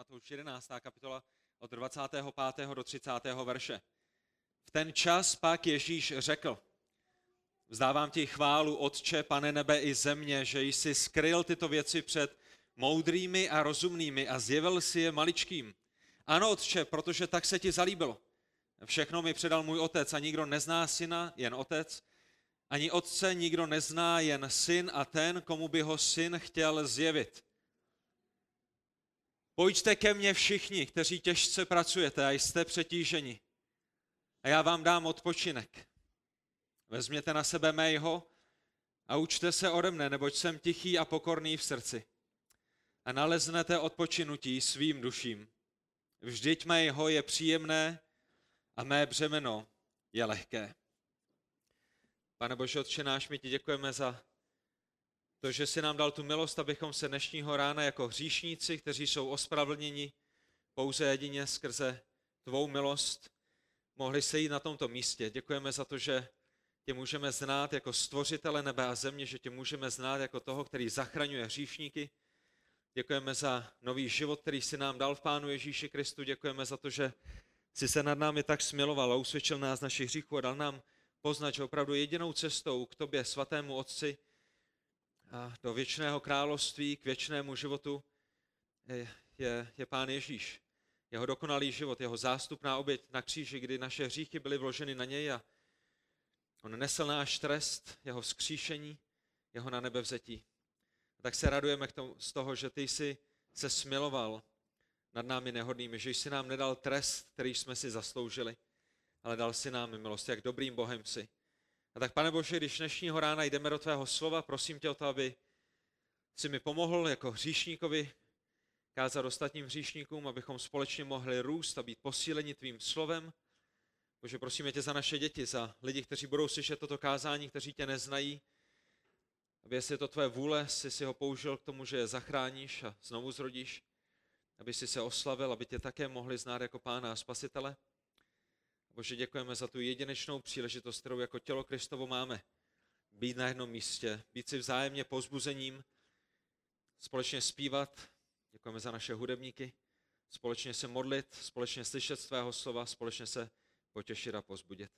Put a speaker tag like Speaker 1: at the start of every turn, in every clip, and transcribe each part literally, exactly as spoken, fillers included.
Speaker 1: Matouš jedenáctá kapitola od dvacátého pátého do třicátého verše. V ten čas pak Ježíš řekl: Vzdávám ti chválu, Otče, Pane nebe i země, že jsi skryl tyto věci před moudrými a rozumnými a zjevil si je maličkým. Ano, Otče, protože tak se ti zalíbilo. Všechno mi předal můj Otec a nikdo nezná syna, jen Otec. Ani Otce nikdo nezná, jen Syn a ten, komu by ho Syn chtěl zjevit. Pojďte ke mně všichni, kteří těžce pracujete a jste přetíženi, a já vám dám odpočinek. Vezměte na sebe mého a učte se ode mne, neboť jsem tichý a pokorný v srdci. A naleznete odpočinutí svým duším. Vždyť mého je příjemné a mé břemeno je lehké. Pane Bože, Otče náš, my ti děkujeme za to, že jsi nám dal tu milost, abychom se dnešního rána jako hříšníci, kteří jsou ospravedlněni pouze jedině skrze tvou milost, mohli sejít na tomto místě. Děkujeme za to, že tě můžeme znát jako stvořitele nebe a země, že tě můžeme znát jako toho, který zachraňuje hříšníky. Děkujeme za nový život, který jsi nám dal v Pánu Ježíši Kristu. Děkujeme za to, že jsi se nad námi tak smiloval a usvědčil nás našich hříchů a dal nám poznat, že opravdu jedinou cestou k tobě, svatému Otci, a do věčného království, k věčnému životu je, je, je Pán Ježíš. Jeho dokonalý život, jeho zástupná oběť na kříži, kdy naše hříchy byly vloženy na něj a on nesl náš trest, jeho vzkříšení, jeho na nebe vzetí. A tak se radujeme k tomu, z toho, že ty jsi se smiloval nad námi nehodnými, že jsi nám nedal trest, který jsme si zasloužili, ale dal si nám milost, jak dobrým Bohem jsi. A tak, Pane Bože, když dnešního rána jdeme do tvého slova, prosím tě o to, aby si mi pomohl jako hříšníkovi kázat ostatním hříšníkům, abychom společně mohli růst a být posíleni tvým slovem. Bože, prosíme tě za naše děti, za lidi, kteří budou slyšet toto kázání, kteří tě neznají, aby jestli je to tvé vůle, jsi si ho použil k tomu, že je zachráníš a znovu zrodíš, aby si se oslavil, aby tě také mohli znát jako Pána a Spasitele. Bože, děkujeme za tu jedinečnou příležitost, kterou jako tělo Kristovo máme. Být na jednom místě, být si vzájemně povzbuzením, společně zpívat. Děkujeme za naše hudebníky. Společně se modlit, společně slyšet z tvého slova, společně se potěšit a povzbudit.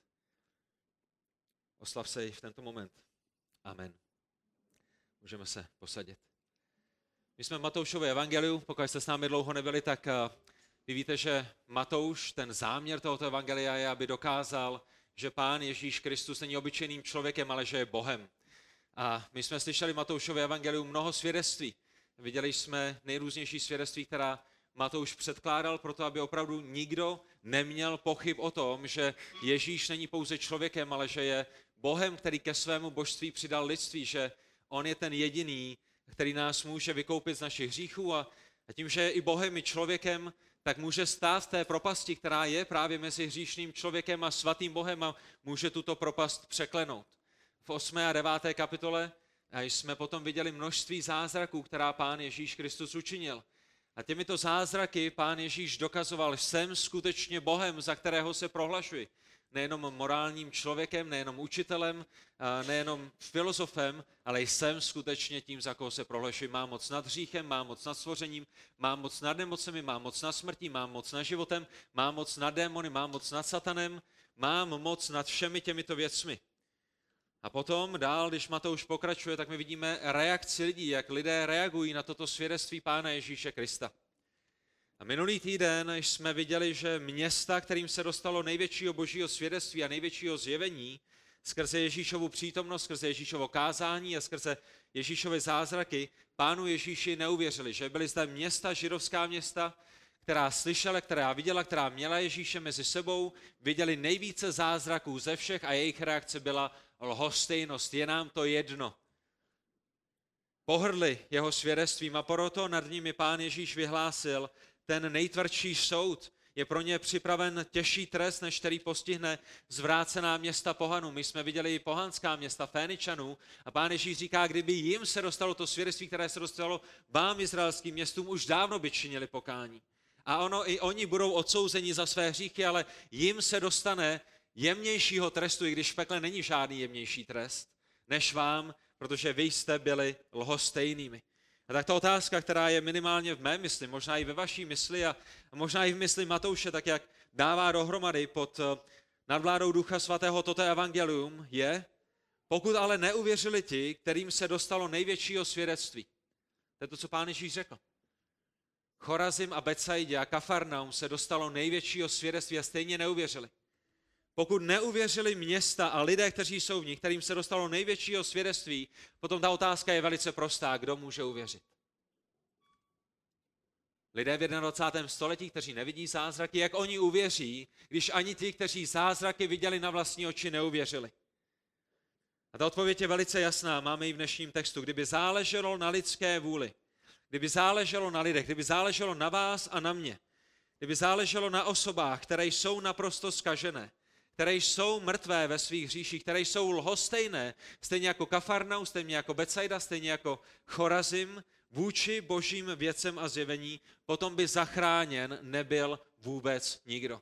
Speaker 1: Oslav se i v tento moment. Amen. Můžeme se posadit. My jsme v Matoušově evangeliu, pokud jste s námi dlouho nebyli, tak vy víte, že Matouš, ten záměr tohoto evangelia je, aby dokázal, že Pán Ježíš Kristus není obyčejným člověkem, ale že je Bohem. A my jsme slyšeli v Matoušově evangeliu mnoho svědectví. Viděli jsme nejrůznější svědectví, která Matouš předkládal proto, aby opravdu nikdo neměl pochyb o tom, že Ježíš není pouze člověkem, ale že je Bohem, který ke svému božství přidal lidství, že on je ten jediný, který nás může vykoupit z našich hříchů a tím, že je i Bohem, i člověkem, tak může stát v té propasti, která je právě mezi hříšným člověkem a svatým Bohem a může tuto propast překlenout. V osmé a deváté kapitole jsme potom viděli množství zázraků, která Pán Ježíš Kristus učinil. A těmito zázraky Pán Ježíš dokazoval, jsem skutečně Bohem, za kterého se prohlašuji. Nejenom morálním člověkem, nejenom učitelem, nejenom filozofem, ale jsem skutečně tím, za koho se prohlašuji. Mám moc nad hříchem, mám moc nad stvořením, mám moc nad nemocemi, mám moc nad smrtí, mám moc nad životem, mám moc nad démony, mám moc nad satanem, mám moc nad všemi těmito věcmi. A potom dál, když Matouš pokračuje, tak my vidíme reakci lidí, jak lidé reagují na toto svědectví Pána Ježíše Krista. A minulý týden jsme viděli, že města, kterým se dostalo největšího božího svědectví a největšího zjevení skrze Ježíšovu přítomnost, skrze Ježíšovo kázání a skrze Ježíšové zázraky, Pánu Ježíši neuvěřili, že byly zde města, židovská města, která slyšela, která viděla, která měla Ježíše mezi sebou, viděli nejvíce zázraků ze všech a jejich reakce byla lhostejnost, je nám to jedno. Pohrdli jeho svědectvím a proto nad nimi Pán Ježíš vyhlásil ten nejtvrdší soud. Je pro ně připraven těžší trest, než který postihne zvrácená města pohanů. My jsme viděli i pohanská města Féničanů a Pán Ježíš říká, kdyby jim se dostalo to svědectví, které se dostalo vám, izraelským městům, už dávno by činili pokání. A ono i oni budou odsouzeni za své hříchy, ale jim se dostane jemnějšího trestu, i když v pekle není žádný jemnější trest, než vám, protože vy jste byli lhostejnými. A tak ta otázka, která je minimálně v mé mysli, možná i ve vaší mysli a možná i v mysli Matouše, tak jak dává dohromady pod nadvládou Ducha Svatého toto evangelium, je, pokud ale neuvěřili ti, kterým se dostalo největšího svědectví. To je to, co Pán Ježíš řekl. Chorazim a Betsaidě a Kafarnaum se dostalo největšího svědectví a stejně neuvěřili. Pokud neuvěřili města a lidé, kteří jsou v nich, kterým se dostalo největšího svědectví, potom ta otázka je velice prostá. Kdo může uvěřit? Lidé v dvacátém prvním století, kteří nevidí zázraky, jak oni uvěří, když ani ti, kteří zázraky viděli na vlastní oči, neuvěřili? A ta odpověď je velice jasná, máme ji v dnešním textu. Kdyby záleželo na lidské vůli, kdyby záleželo na lidech, kdyby záleželo na vás a na mě, kdyby záleželo na osobách, které jsou naprosto zkažené, které jsou mrtvé ve svých hříších, které jsou lhostejné, stejně jako Kafarnaum, stejně jako Betsaida, stejně jako Chorazim, vůči božím věcem a zjevení, potom by zachráněn nebyl vůbec nikdo.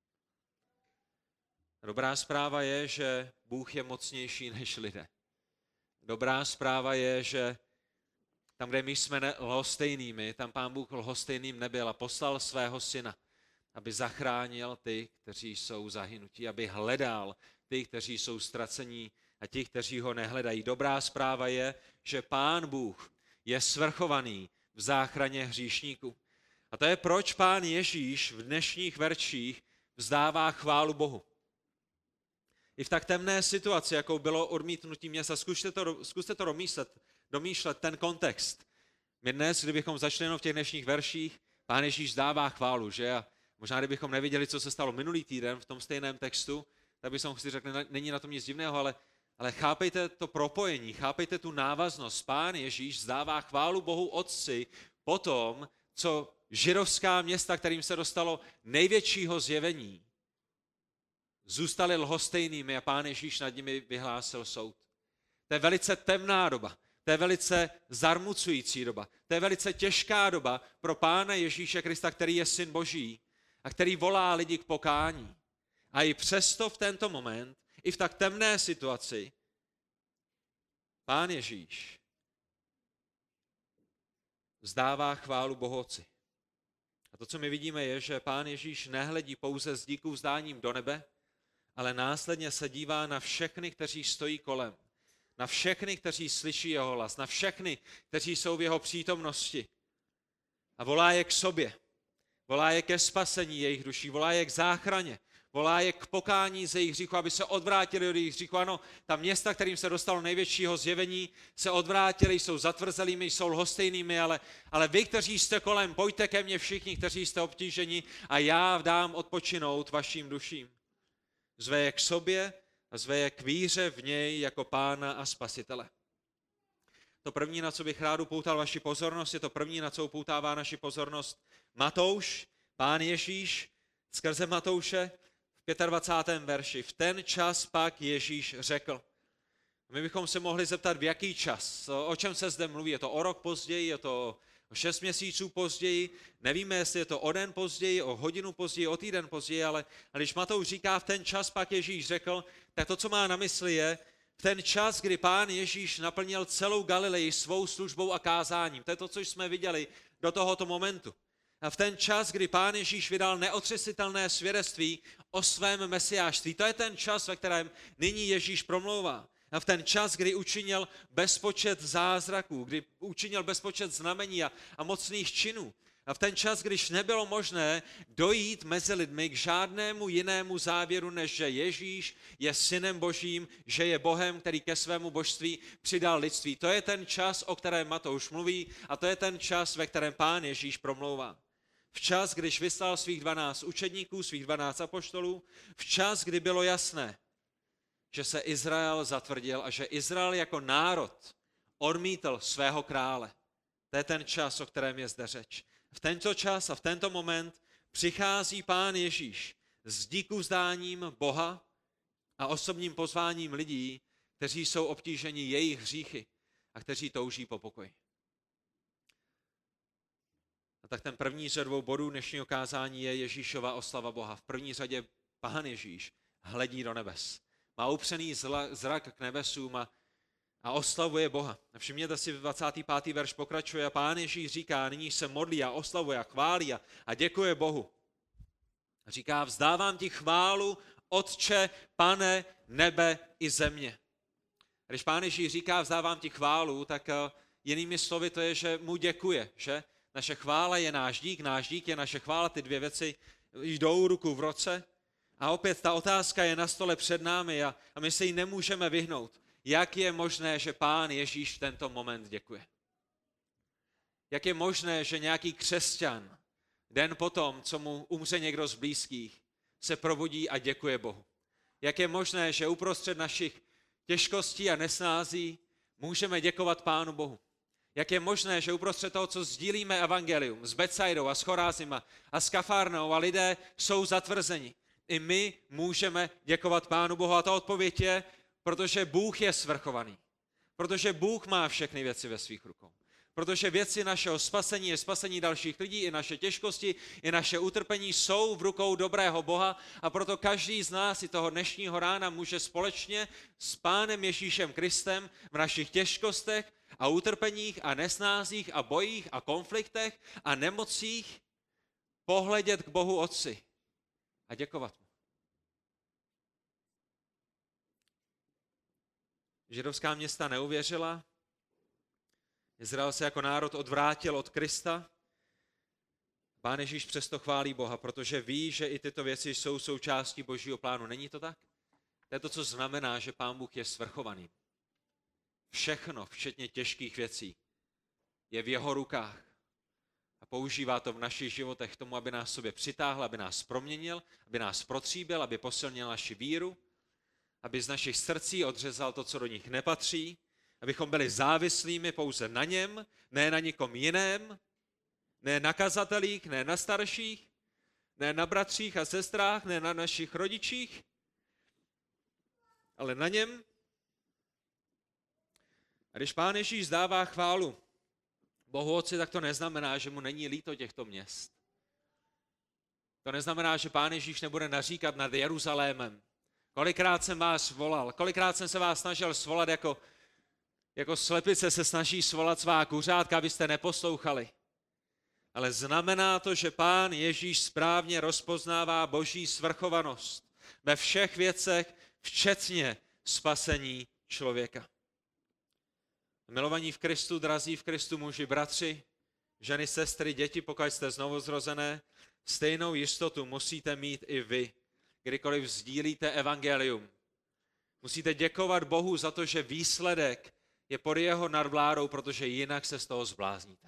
Speaker 1: Dobrá zpráva je, že Bůh je mocnější než lidé. Dobrá zpráva je, že tam, kde my jsme lhostejnými, tam Pán Bůh lhostejným nebyl a poslal svého syna, aby zachránil ty, kteří jsou zahynutí, aby hledal ty, kteří jsou ztracení a ti, kteří ho nehledají. Dobrá zpráva je, že Pán Bůh je svrchovaný v záchraně hříšníků. A to je, proč Pán Ježíš v dnešních verších vzdává chválu Bohu. I v tak temné situaci, jakou bylo odmítnutí města, zkuste to, zkuste to domýšlet, domýšlet ten kontext. My dnes, kdybychom začali jenom v těch dnešních verších, Pán Ježíš vzdává chválu, že? A možná, kdybychom neviděli, co se stalo minulý týden v tom stejném textu, tak bychom si řekli, není na tom nic divného, ale, ale chápejte to propojení, chápejte tu návaznost. Pán Ježíš vzdává chválu Bohu Otci po tom, co židovská města, kterým se dostalo největšího zjevení, zůstali lhostejnými a Pán Ježíš nad nimi vyhlásil soud. To je velice temná doba, to je velice zarmucující doba, to je velice těžká doba pro Pána Ježíše Krista, který je Syn Boží a který volá lidi k pokání. A i přesto v tento moment, i v tak temné situaci, Pán Ježíš vzdává chválu Bohu Otci. A to, co my vidíme, je, že Pán Ježíš nehledí pouze s díku vzdáním do nebe, ale následně se dívá na všechny, kteří stojí kolem. Na všechny, kteří slyší jeho hlas. Na všechny, kteří jsou v jeho přítomnosti. A volá je k sobě. Volá je ke spasení jejich duší. Volá je k záchraně. Volá je k pokání ze jejich hříchu, aby se odvrátili od jejich hříchu. Ano, ta města, kterým se dostalo největšího zjevení, se odvrátili, jsou zatvrzelými, jsou lhostejnými, ale, ale vy, kteří jste kolem, pojďte ke mně všichni, kteří jste obtíženi a já dám odpočinout vašim duším. Zve je k sobě a zve je k víře v něj jako Pána a Spasitele. To první, na co bych rád upoutal vaši pozornost, je to první, na co upoutává naši pozornost Matouš, Pán Ježíš, skrze Matouše v dvacátém pátém verši. V ten čas pak Ježíš řekl. My bychom se mohli zeptat, v jaký čas, o čem se zde mluví. Je to o rok později, je to o šest měsíců později, nevíme, jestli je to o den později, o hodinu později, o týden později, ale, ale když Matouš říká, v ten čas pak Ježíš řekl, tak to, co má na mysli, je v ten čas, kdy Pán Ježíš naplnil celou Galileji svou službou a kázáním. To je to, co jsme viděli do tohoto momentu. A v ten čas, kdy Pán Ježíš vydal neotřesitelné svědectví o svém mesiášství, to je ten čas, ve kterém nyní Ježíš promlouvá. A v ten čas, kdy učinil bezpočet zázraků, kdy učinil bezpočet znamení a, a mocných činů. A v ten čas, když nebylo možné dojít mezi lidmi k žádnému jinému závěru, než že Ježíš je Synem Božím, že je Bohem, který ke svému božství přidal lidství. To je ten čas, o kterém Matouš mluví a to je ten čas, ve kterém Pán Ježíš promlouvá. Včas, když vyslal svých dvanáct učedníků, svých dvanáct apoštolů, včas, kdy bylo jasné, že se Izrael zatvrdil a že Izrael jako národ odmítl svého krále. To je ten čas, o kterém je zde řeč. V tento čas a v tento moment přichází Pán Ježíš s díkuvzdáním Boha a osobním pozváním lidí, kteří jsou obtíženi jejich hříchy a kteří touží po pokoji. A tak ten první z dvou bodů dnešního kázání je Ježíšova oslava Boha. V první řadě Pán Ježíš hledí do nebes. Má upřený zrak k nebesům a, a oslavuje Boha. A všimněte si, dvacátý pátý verš pokračuje a Pán Ježíš říká, nyní se modlí a oslavuje a chválí a, a děkuje Bohu. A říká, vzdávám ti chválu, Otče, Pane, nebe i země. A když Pán Ježíš říká, vzdávám ti chválu, tak uh, jinými slovy to je, že mu děkuje, že naše chvála je náš dík, náš dík je naše chvála, ty dvě věci jdou ruku v roce. A opět ta otázka je na stole před námi a, a my se jí nemůžeme vyhnout. Jak je možné, že Pán Ježíš v tento moment děkuje? Jak je možné, že nějaký křesťan den potom, co mu umře někdo z blízkých, se probudí a děkuje Bohu? Jak je možné, že uprostřed našich těžkostí a nesnází můžeme děkovat Pánu Bohu? Jak je možné, že uprostřed toho, co sdílíme evangelium s Betsaidou a s Chorázima a s Kafárnou a lidé jsou zatvrzeni, i my můžeme děkovat Pánu Bohu? A ta odpověď je, protože Bůh je svrchovaný. Protože Bůh má všechny věci ve svých rukou. Protože věci našeho spasení je spasení dalších lidí, i naše těžkosti, i naše utrpení jsou v rukou dobrého Boha a proto každý z nás i toho dnešního rána může společně s Pánem Ježíšem Kristem v našich těžkostech a utrpeních a nesnázích a bojích a konfliktech a nemocích pohledět k Bohu Otci a děkovat mu. Židovská města neuvěřila, Izrael se jako národ odvrátil od Krista. Pán Ježíš přesto chválí Boha, protože ví, že i tyto věci jsou součástí Božího plánu. Není to tak? To je to, co znamená, že Pán Bůh je svrchovaný. Všechno, včetně těžkých věcí, je v jeho rukách. A používá to v našich životech k tomu, aby nás sobě přitáhl, aby nás proměnil, aby nás protříbil, aby posilnil naši víru, aby z našich srdcí odřezal to, co do nich nepatří, abychom byli závislými pouze na něm, ne na nikom jiném, ne na kazatelích, ne na starších, ne na bratřích a sestrách, ne na našich rodičích, ale na něm. A když Pán Ježíš dává chválu Bohu Otci, tak to neznamená, že mu není líto těchto měst. To neznamená, že Pán Ježíš nebude naříkat nad Jeruzalémem. Kolikrát jsem vás volal, kolikrát jsem se vás snažil svolat, jako, jako slepice se snaží svolat svá kuřátka, abyste neposlouchali. Ale znamená to, že Pán Ježíš správně rozpoznává Boží svrchovanost ve všech věcech, včetně spasení člověka. Milovaní v Kristu, drazí v Kristu muži, bratři, ženy, sestry, děti, pokud jste znovuzrozené, stejnou jistotu musíte mít i vy, kdykoliv sdílíte evangelium. Musíte děkovat Bohu za to, že výsledek je pod jeho nadvládou, protože jinak se z toho zblázníte.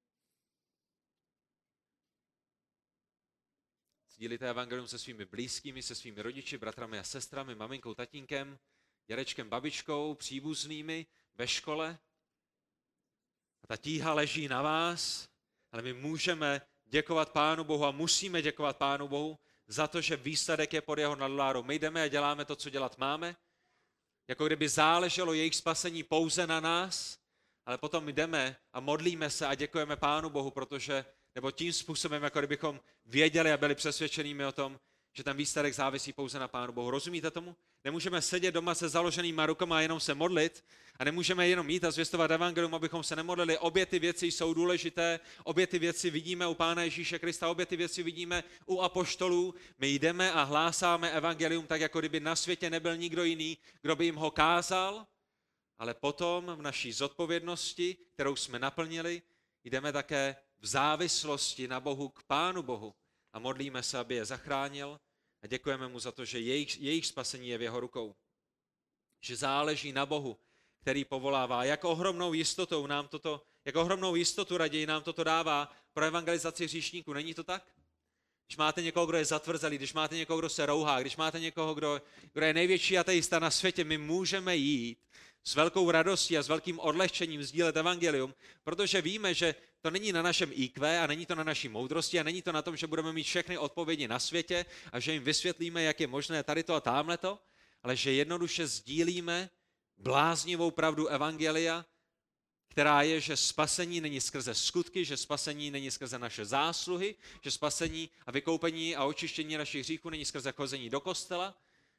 Speaker 1: Sdílíte evangelium se svými blízkými, se svými rodiči, bratrami a sestrami, maminkou, tatínkem, dědečkem, babičkou, příbuznými, ve škole. A ta tíha leží na vás, ale my můžeme děkovat Pánu Bohu a musíme děkovat Pánu Bohu za to, že výsledek je pod jeho nadvládou. My jdeme a děláme to, co dělat máme, jako kdyby záleželo jejich spasení pouze na nás, ale potom jdeme a modlíme se a děkujeme Pánu Bohu, protože, nebo tím způsobem, jako kdybychom věděli a byli přesvědčenými o tom, že ten výsledek závisí pouze na Pánu Bohu. Rozumíte tomu? Nemůžeme sedět doma se založenýma rukama a jenom se modlit a nemůžeme jenom jít a zvěstovat evangelium, abychom se nemodlili. Obě ty věci jsou důležité, obě ty věci vidíme u Pána Ježíše Krista, obě ty věci vidíme u apoštolů. My jdeme a hlásáme evangelium tak, jako kdyby na světě nebyl nikdo jiný, kdo by jim ho kázal, ale potom v naší zodpovědnosti, kterou jsme naplnili, jdeme také v závislosti na Bohu k Pánu Bohu a modlíme se, aby je zachránil a děkujeme mu za to, že jejich, jejich spasení je v jeho rukou. Že záleží na Bohu, který povolává. Jak ohromnou jistotou nám toto, jak ohromnou jistotu raději nám toto dává pro evangelizaci hříšníků. Není to tak? Když máte někoho, kdo je zatvrzelý, když máte někoho, kdo se rouhá, když máte někoho, kdo, kdo je největší ateista na světě, my můžeme jít s velkou radostí a s velkým odlehčením sdílet evangelium, protože víme, že to není na našem í kvé a není to na naší moudrosti a není to na tom, že budeme mít všechny odpovědi na světě a že jim vysvětlíme, jak je možné tady to a támhle to, ale že jednoduše sdílíme bláznivou pravdu evangelia, která je, že spasení není skrze skutky, že spasení není skrze naše zásluhy, že spasení a vykoupení a očištění našich hříchů není skrze chození do kostela,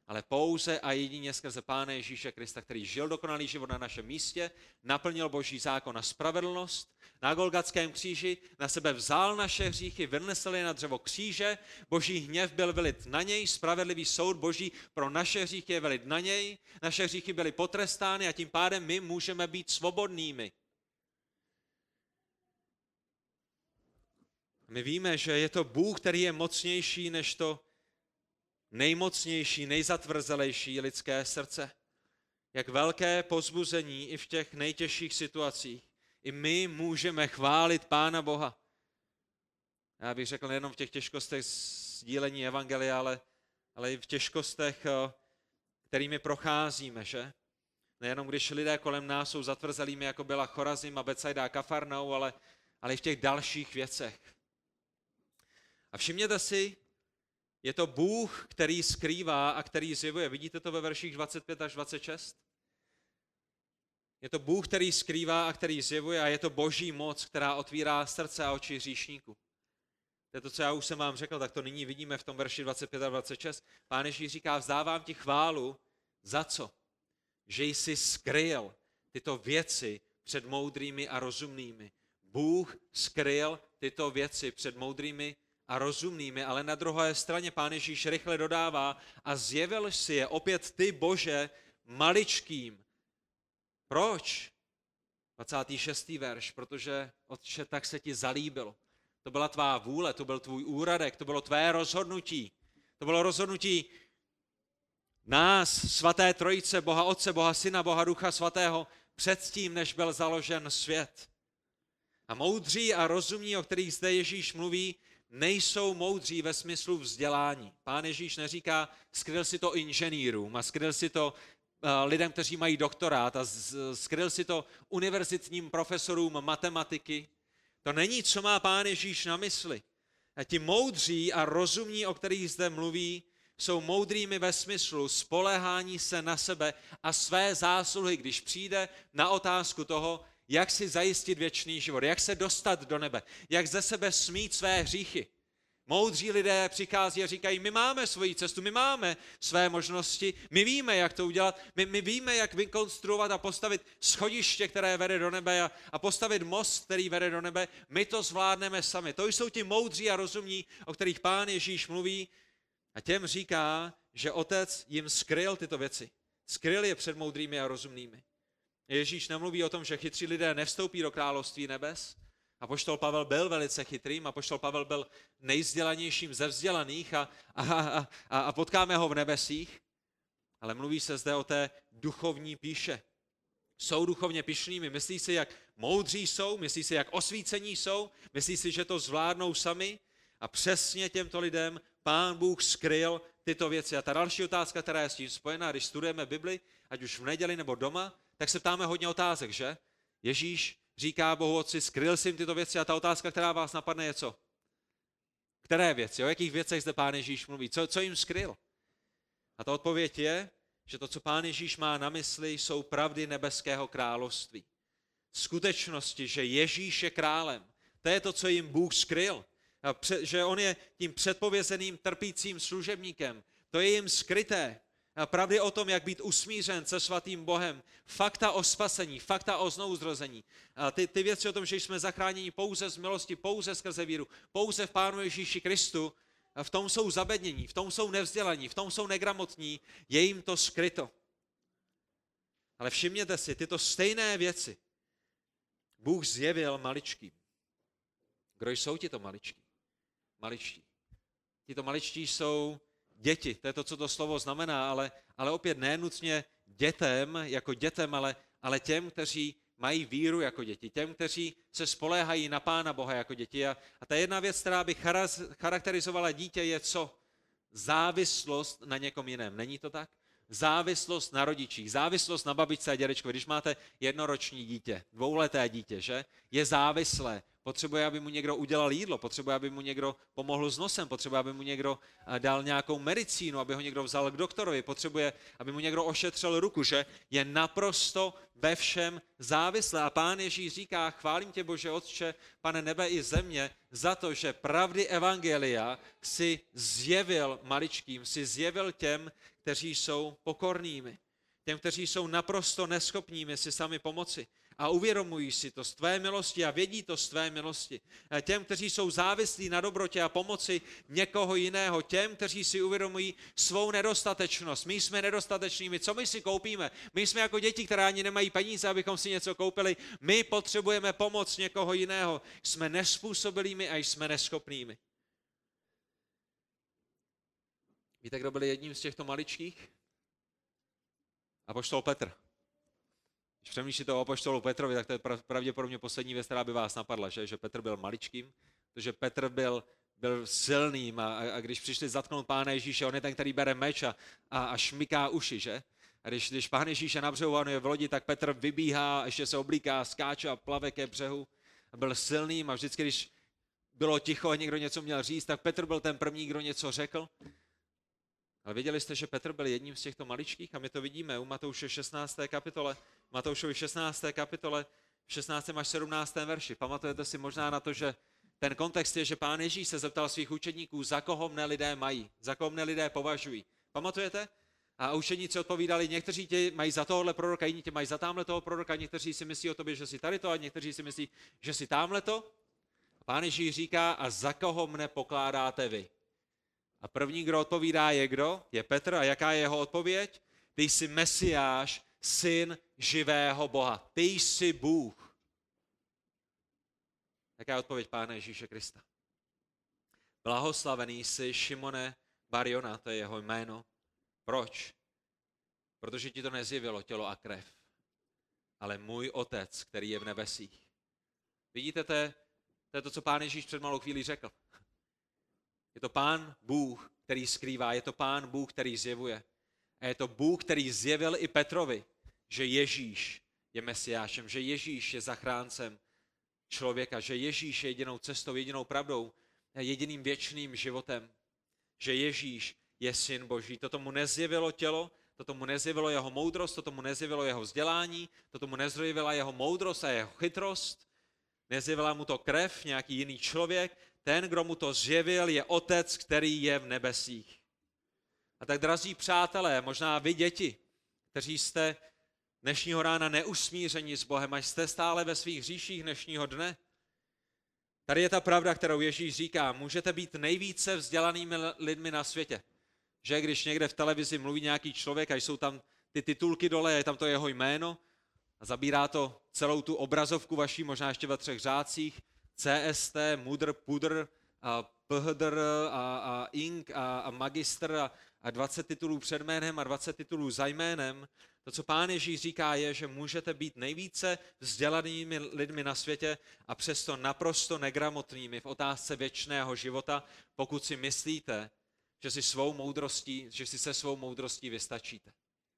Speaker 1: ale pouze a jedině skrze Pána Ježíše Krista, který žil dokonalý život na našem místě, naplnil Boží zákon a spravedlnost, na Golgatském kříži na sebe vzal naše hříchy, vynesl je na dřevo kříže, Boží hněv byl vylit na něj, spravedlivý soud Boží pro naše hříchy je vylit na něj, naše hříchy byly potrestány a tím pádem my můžeme být svobodnými. My víme, že je to Bůh, který je mocnější než to nejmocnější, nejzatvrzelejší lidské srdce. Jak velké povzbuzení i v těch nejtěžších situacích. I my můžeme chválit Pána Boha. Já bych řekl nejenom v těch těžkostech sdílení evangelia, ale, ale i v těžkostech, kterými procházíme, že? Nejenom když lidé kolem nás jsou zatvrzelými, jako byla Chorazim a Betsaida a Kafarnaum, ale, ale i v těch dalších věcech. A všimněte si, je to Bůh, který skrývá a který zjevuje. Vidíte to ve verších dvacet pět až dvacet šest? Je to Bůh, který skrývá a který zjevuje a je to Boží moc, která otvírá srdce a oči hříšníků. To je to, co já už jsem vám řekl, tak to nyní vidíme v tom verši dvacet pět a dvacet šest. Pán Ježíš říká, vzdávám ti chválu, za co? Že jsi skryl tyto věci před moudrými a rozumnými. Bůh skryl tyto věci před moudrými a rozumnými, ale na druhé straně Pán Ježíš rychle dodává a zjevil si je opět ty, Bože, maličkým. Proč? dvacátý šestý verš, protože Otče, tak se ti zalíbilo. To byla tvá vůle, to byl tvůj úradek, to bylo tvé rozhodnutí. To bylo rozhodnutí nás, svaté trojice, Boha Otce, Boha Syna, Boha Ducha Svatého, předtím, než byl založen svět. A moudří a rozumní, o kterých zde Ježíš mluví, nejsou moudří ve smyslu vzdělání. Pán Ježíš neříká, skryl si to inženýrům a skryl si to lidem, kteří mají doktorát a skryl si to univerzitním profesorům matematiky. To není, co má Pán Ježíš na mysli. A ti moudří a rozumní, o kterých zde mluví, jsou moudrými ve smyslu spoléhání se na sebe a své zásluhy, když přijde na otázku toho, jak si zajistit věčný život, jak se dostat do nebe, jak ze sebe smít své hříchy. Moudří lidé přichází a říkají, my máme svoji cestu, my máme své možnosti, my víme, jak to udělat, my, my víme, jak vykonstruovat a postavit schodiště, které vede do nebe a, a postavit most, který vede do nebe, my to zvládneme sami. To jsou ti moudří a rozumní, o kterých Pán Ježíš mluví a těm říká, že Otec jim skryl tyto věci. Skryl je před moudrými a rozumnými. Ježíš nemluví o tom, že chytří lidé nevstoupí do království nebes. Apoštol Pavel byl velice chytrým, apoštol Pavel byl nejvzdělanějším ze vzdělaných a, a, a, a potkáme ho v nebesích, ale mluví se zde o té duchovní pýše. Jsou duchovně pyšnými, myslí si, jak moudří jsou, myslí si, jak osvícení jsou, myslí si, že to zvládnou sami a přesně těmto lidem Pán Bůh skryl tyto věci. A ta další otázka, která je s tím spojená, když studujeme Bibli, ať už v neděli nebo doma, tak se ptáme hodně otázek, že? Ježíš říká Bohu Otci, skryl jsi jim tyto věci a ta otázka, která vás napadne, je co? Které věci? O jakých věcech zde Pán Ježíš mluví? Co, co jim skryl? A ta odpověď je, že to, co Pán Ježíš má na mysli, jsou pravdy nebeského království. Skutečnosti, že Ježíš je králem. To je to, co jim Bůh skryl. A pře, že on je tím předpovězeným trpícím služebníkem. To je jim skryté. A pravdy o tom, jak být usmířen se svatým Bohem, fakta o spasení, fakta o znovuzrození, a ty, ty věci o tom, že jsme zachráněni pouze z milosti, pouze skrze víru, pouze v Pánu Ježíši Kristu, a v tom jsou zabednění, v tom jsou nevzdělaní, v tom jsou negramotní, je jim to skryto. Ale všimněte si, tyto stejné věci Bůh zjevil maličkým. Kdo jsou tito maličký? Maličtí. Tito maličtí jsou děti, to je to, co to slovo znamená, ale, ale opět nenutně dětem, jako dětem, ale, ale těm, kteří mají víru jako děti, těm, kteří se spoléhají na Pána Boha jako děti. A, a ta jedna věc, která by charakterizovala dítě, je co? Závislost na někom jiném. Není to tak? Závislost na rodičích, závislost na babičce a dědečkovi. Když máte jednoroční dítě, dvouleté dítě, že? Je závislé Potřebuje, aby mu někdo udělal jídlo, potřebuje, aby mu někdo pomohl s nosem, potřebuje, aby mu někdo dal nějakou medicínu, aby ho někdo vzal k doktorovi, potřebuje, aby mu někdo ošetřil ruku, že je naprosto ve všem závislé. A Pán Ježíš říká, chválím tě, Bože Otče, Pane nebe i země, za to, že pravdy evangelia si zjevil maličkým, si zjevil těm, kteří jsou pokornými, těm, kteří jsou naprosto neschopnými si sami pomoci. A uvědomují si to z tvé milosti a vědí to z tvé milosti. Těm, kteří jsou závislí na dobrotě a pomoci někoho jiného, těm, kteří si uvědomují svou nedostatečnost. My jsme nedostatečnými, co my si koupíme? My jsme jako děti, které ani nemají peníze, abychom si něco koupili. My potřebujeme pomoc někoho jiného. Jsme nezpůsobilými a jsme neschopnými. Víte, kdo byl jedním z těchto maličkých? Apoštol Petr. Když přemýšlíte o apoštolu Petrovi, tak to je pravděpodobně poslední věc, která by vás napadla, že, že Petr byl maličkým, protože Petr byl, byl silným a, a když přišli zatknout Pána Ježíše, on je ten, který bere meč a, a, a šmiká uši, že? A když, když Pán Ježíš je na břehu a on je v lodi, tak Petr vybíhá, ještě se oblíká, skáče a plave ke břehu. A byl silným a vždycky, když bylo ticho a někdo něco měl říct, tak Petr byl ten první, kdo něco řekl. Ale věděli jste, že Petr byl jedním z těchto maličkých? A my to vidíme u Matouše šestnácté kapitole. Matoušovi šestnácté kapitole, v šestnáctém až sedmnáctém verši. Pamatujete si možná na to, že ten kontext je, že Pán Ježíš se zeptal svých učedníků, za koho mne lidé mají, za koho mne lidé považují. Pamatujete? A učedníci odpovídali, někteří tě mají za tohohle proroka, jiní tě mají za támhle toho proroka, někteří si myslí o tobě, že jsi tady to, a někteří si myslí, že jsi támhle to. Pán Ježíš říká, a za koho mne pokládáte vy? A první, kdo odpovídá, je kdo? Je Petr. A jaká je jeho odpověď? Ty jsi Mesiáš, syn živého Boha. Ty jsi Bůh. Jaká je odpověď Pána Ježíše Krista? Blahoslavený jsi Šimone Barjona, to je jeho jméno. Proč? Protože ti to nezjevilo tělo a krev, ale můj Otec, který je v nebesích. Vidíte, to je, to je to, co Pán Ježíš před malou chvílí řekl. Je to Pán Bůh, který skrývá, je to Pán Bůh, který zjevuje. A je to Bůh, který zjevil i Petrovi, že Ježíš je Mesiášem, že Ježíš je zachráncem člověka, že Ježíš je jedinou cestou, jedinou pravdou, jediným věčným životem, že Ježíš je Syn Boží. Toto mu nezjevilo tělo, toto mu nezjevilo jeho moudrost, toto mu nezjevilo jeho vzdělání, toto mu nezjevila jeho moudrost a jeho chytrost, nezjevila mu to krev, nějaký jiný člověk. Ten, kdo mu to zjevil, je Otec, který je v nebesích. A tak, drazí přátelé, možná vy děti, kteří jste dnešního rána neusmíření s Bohem, až jste stále ve svých hříších dnešního dne, tady je ta pravda, kterou Ježíš říká, můžete být nejvíce vzdělanými lidmi na světě. Že když někde v televizi mluví nějaký člověk a jsou tam ty titulky dole, je tam to jeho jméno a zabírá to celou tu obrazovku vaší, možná ještě ve třech řádcích, C S T, mudr, pudr, a P H D R a, a ink a, a magistr a, a dvacet titulů před jménem a dvacet titulů za jménem. To, co Pán Ježíš říká, je, že můžete být nejvíce vzdělanými lidmi na světě a přesto naprosto negramotnými v otázce věčného života, pokud si myslíte, že si svou moudrostí, že si se svou moudrostí vystačíte.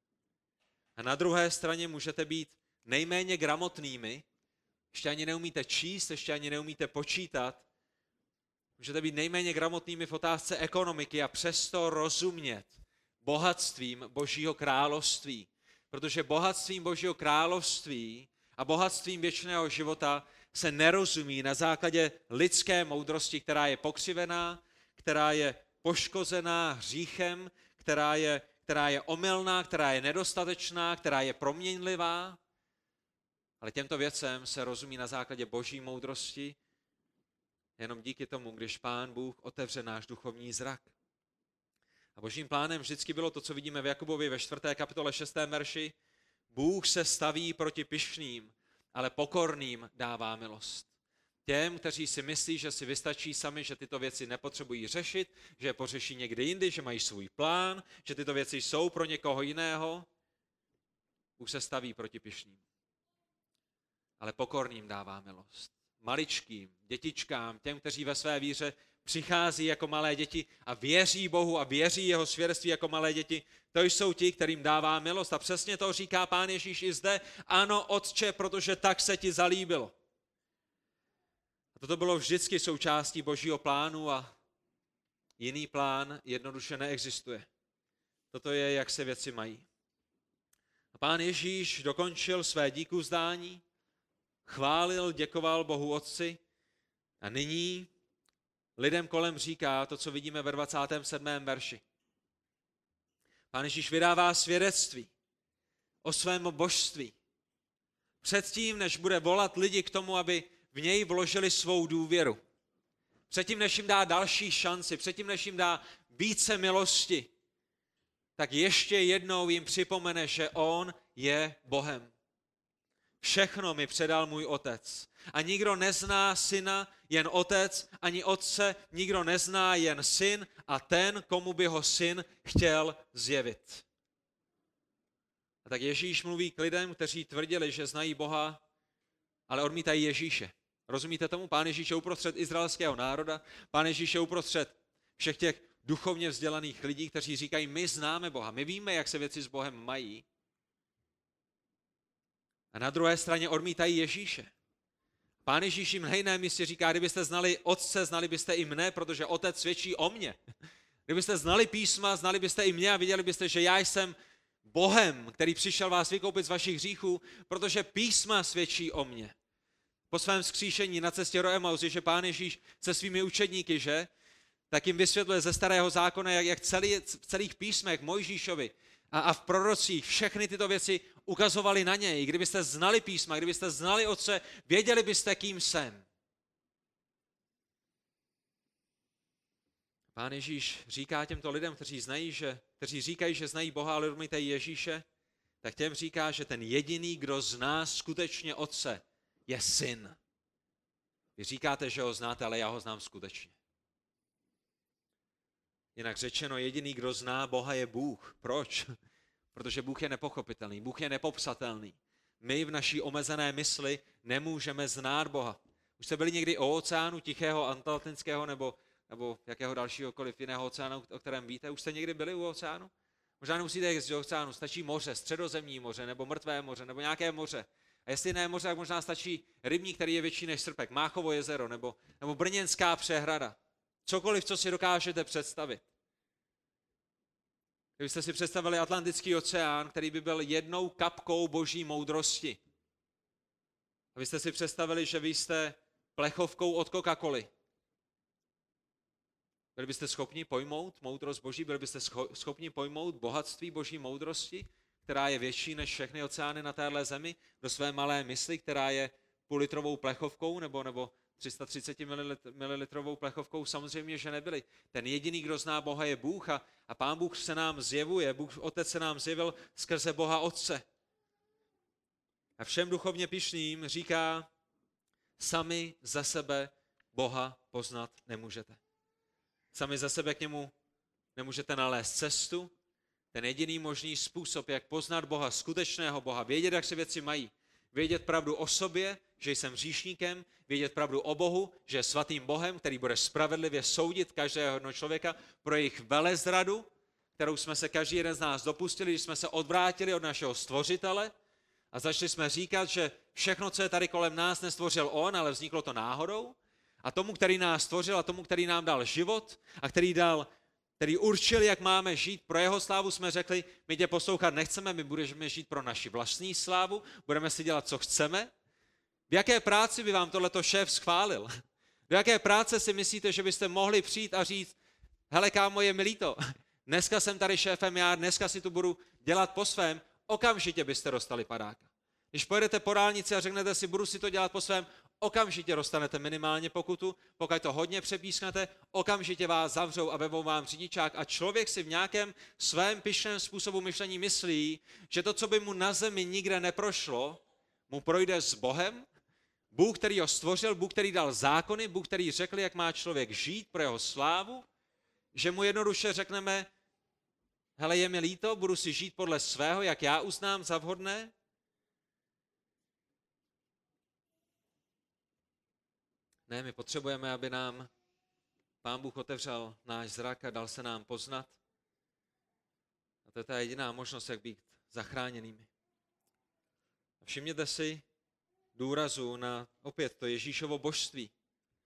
Speaker 1: A na druhé straně můžete být nejméně gramotnými, ještě ani neumíte číst, ještě ani neumíte počítat, můžete být nejméně gramotnými v otázce ekonomiky a přesto rozumět bohatstvím Božího království. Protože bohatstvím Božího království a bohatstvím věčného života se nerozumí na základě lidské moudrosti, která je pokřivená, která je poškozená hříchem, která je, která je omylná, která je nedostatečná, která je proměnlivá. Ale těmto věcem se rozumí na základě Boží moudrosti, jenom díky tomu, když Pán Bůh otevře náš duchovní zrak. A Božím plánem vždycky bylo to, co vidíme v Jakubovi ve čtvrté kapitole šestém verši. Bůh se staví proti pyšným, ale pokorným dává milost. Těm, kteří si myslí, že si vystačí sami, že tyto věci nepotřebují řešit, že je pořeší někde jindy, že mají svůj plán, že tyto věci jsou pro někoho jiného, Bůh se staví proti pyšným. Ale pokorným dává milost. Maličkým, dětičkám, těm, kteří ve své víře přichází jako malé děti a věří Bohu a věří jeho svědectví jako malé děti, to jsou ti, kterým dává milost. A přesně to říká Pán Ježíš i zde. Ano, Otče, protože tak se ti zalíbilo. A toto bylo vždycky součástí Božího plánu a jiný plán jednoduše neexistuje. Toto je, jak se věci mají. A Pán Ježíš dokončil své díkuvzdání, chválil, děkoval Bohu Otci a nyní lidem kolem říká to, co vidíme ve dvacátém sedmém verši. Pán Ježíš vydává svědectví o svém božství. Předtím, než bude volat lidi k tomu, aby v něj vložili svou důvěru. Předtím, než jim dá další šanci, předtím, než jim dá více milosti, tak ještě jednou jim připomene, že on je Bohem. Všechno mi předal můj otec. A nikdo nezná syna, jen otec, ani otce, nikdo nezná, jen syn a ten, komu by ho syn chtěl zjevit. A tak Ježíš mluví k lidem, kteří tvrdili, že znají Boha, ale odmítají Ježíše. Rozumíte tomu? Pán Ježíš je uprostřed izraelského národa, Pán Ježíš je uprostřed všech těch duchovně vzdělaných lidí, kteří říkají, my známe Boha, my víme, jak se věci s Bohem mají. A na druhé straně odmítají Ježíše. Pán Ježíš jim na jiném místě říká, kdybyste znali Otce, znali byste i mne, protože Otec svědčí o mně. Kdybyste znali písma, znali byste i mě a viděli byste, že já jsem Bohem, který přišel vás vykoupit z vašich hříchů, protože písma svědčí o mně. Po svém vzkříšení na cestě do Emaus, že Pán Ježíš se svými učedníky, že, tak jim vysvětluje ze starého zákona, jak, jak celý, v celých písmech Mojžíšovi a, a v prorocích všechny tyto věci ukazovali na něj. Kdybyste znali písma, kdybyste znali Otce, věděli byste, kým jsem. Pán Ježíš říká těmto lidem, kteří, znají, že, kteří říkají, že znají Boha, ale odmítají Ježíše, tak těm říká, že ten jediný, kdo zná skutečně Otce, je syn. Vy říkáte, že ho znáte, ale já ho znám skutečně. Jinak řečeno, jediný, kdo zná Boha, je Bůh. Proč? Protože Bůh je nepochopitelný, Bůh je nepopsatelný. My v naší omezené mysli nemůžeme znát Boha. Už jste byli někdy o oceánu Tichého, Atlantického nebo, nebo jakého dalšíhokoliv jiného oceánu, o kterém víte? Už jste někdy byli u oceánu? Možná nemusíte jezdit do oceánu, stačí moře, středozemní moře, nebo mrtvé moře, nebo nějaké moře. A jestli ne moře, tak možná stačí rybník, který je větší než srpek, Máchovo jezero, nebo, nebo Brněnská přehrada. Cokoliv, co si dokážete představit. Kdybyste si představili Atlantický oceán, který by byl jednou kapkou boží moudrosti. Abyste si představili, že vy jste plechovkou od Coca-Coly. Byli byste schopni pojmout moudrost boží, byli byste schopni pojmout bohatství boží moudrosti, která je větší než všechny oceány na téhle zemi, do své malé mysli, která je půllitrovou plechovkou nebo, nebo tři sta třicet mililitrovou plechovkou, samozřejmě, že nebyli. Ten jediný, kdo zná Boha, je Bůh a, a Pán Bůh se nám zjevuje, Bůh Otec se nám zjevil skrze Boha Otce. A všem duchovně pyšným říká, sami za sebe Boha poznat nemůžete. Sami za sebe k němu nemůžete nalézt cestu. Ten jediný možný způsob, jak poznat Boha, skutečného Boha, vědět, jak se věci mají, vědět pravdu o sobě, že jsem hříšníkem, vědět pravdu o Bohu, že je svatým Bohem, který bude spravedlivě soudit každého jednoho člověka pro jejich velezradu, kterou jsme se každý jeden z nás dopustili, když jsme se odvrátili od našeho stvořitele a začali jsme říkat, že všechno, co je tady kolem nás, nestvořil on, ale vzniklo to náhodou. A tomu, který nás stvořil, a tomu, který nám dal život a který dal který určil, jak máme žít pro jeho slávu, jsme řekli, my tě poslouchat nechceme, my budeme žít pro naši vlastní slávu, budeme si dělat, co chceme. V jaké práci by vám tohleto šéf schválil? Do jaké práce si myslíte, že byste mohli přijít a říct, hele kámo, je mi líto, dneska jsem tady šéfem já, dneska si tu budu dělat po svém, okamžitě byste dostali padáka. Když pojedete po dálnici a řeknete si, budu si to dělat po svém, okamžitě dostanete minimálně pokutu, pokud to hodně přepísknete, okamžitě vás zavřou a vemou vám řidičák a člověk si v nějakém svém pyšném způsobu myšlení myslí, že to, co by mu na zemi nikde neprošlo, mu projde s Bohem, Bůh, který ho stvořil, Bůh, který dal zákony, Bůh, který řekl, jak má člověk žít pro jeho slávu, že mu jednoduše řekneme, hele, je mi líto, budu si žít podle svého, jak já uznám za vhodné. Ne, my potřebujeme, aby nám Pán Bůh otevřel náš zrak a dal se nám poznat. A to je ta jediná možnost, jak být zachráněnými. A všimněte si důrazu na opět to Ježíšovo božství.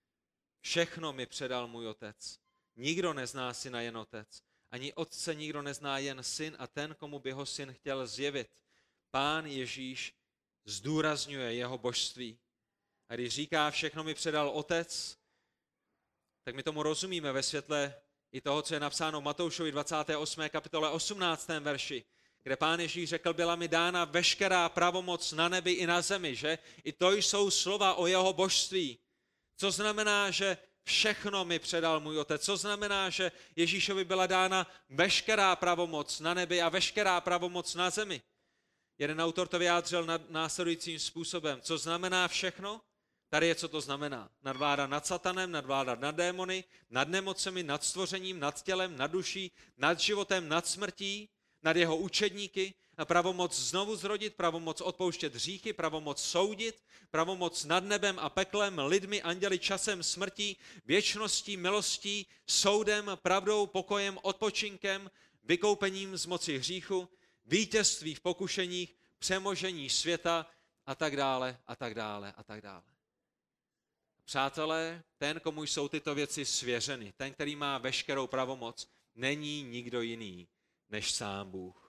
Speaker 1: Všechno mi předal můj otec. Nikdo nezná syna, jen otec. Ani otce nikdo nezná, jen syn a ten, komu by ho syn chtěl zjevit. Pán Ježíš zdůrazňuje jeho božství. A když říká, všechno mi předal otec, tak my tomu rozumíme ve světle i toho, co je napsáno v Matoušovi dvacáté osmé kapitole osmnáctém verši, kde Pán Ježíš řekl, byla mi dána veškerá pravomoc na nebi i na zemi, že? I to jsou slova o jeho božství. Co znamená, že všechno mi předal můj otec? Co znamená, že Ježíšovi byla dána veškerá pravomoc na nebi a veškerá pravomoc na zemi? Jeden autor to vyjádřil nad následujícím způsobem. Co znamená všechno? Tady je, co to znamená. Nadvládat nad satanem, nadvládat nad démony, nad nemocemi, nad stvořením, nad tělem, nad duší, nad životem, nad smrtí, nad jeho učedníky, a pravomoc znovu zrodit, pravomoc odpouštět hříchy, pravomoc soudit, pravomoc nad nebem a peklem, lidmi, anděli, časem, smrtí, věčností, milostí, soudem, pravdou, pokojem, odpočinkem, vykoupením z moci hříchu, vítězství v pokušeních, přemožení světa a tak dále, a tak dále, a tak dále. Přátelé, ten, komu jsou tyto věci svěřeny, ten, který má veškerou pravomoc, není nikdo jiný než sám Bůh.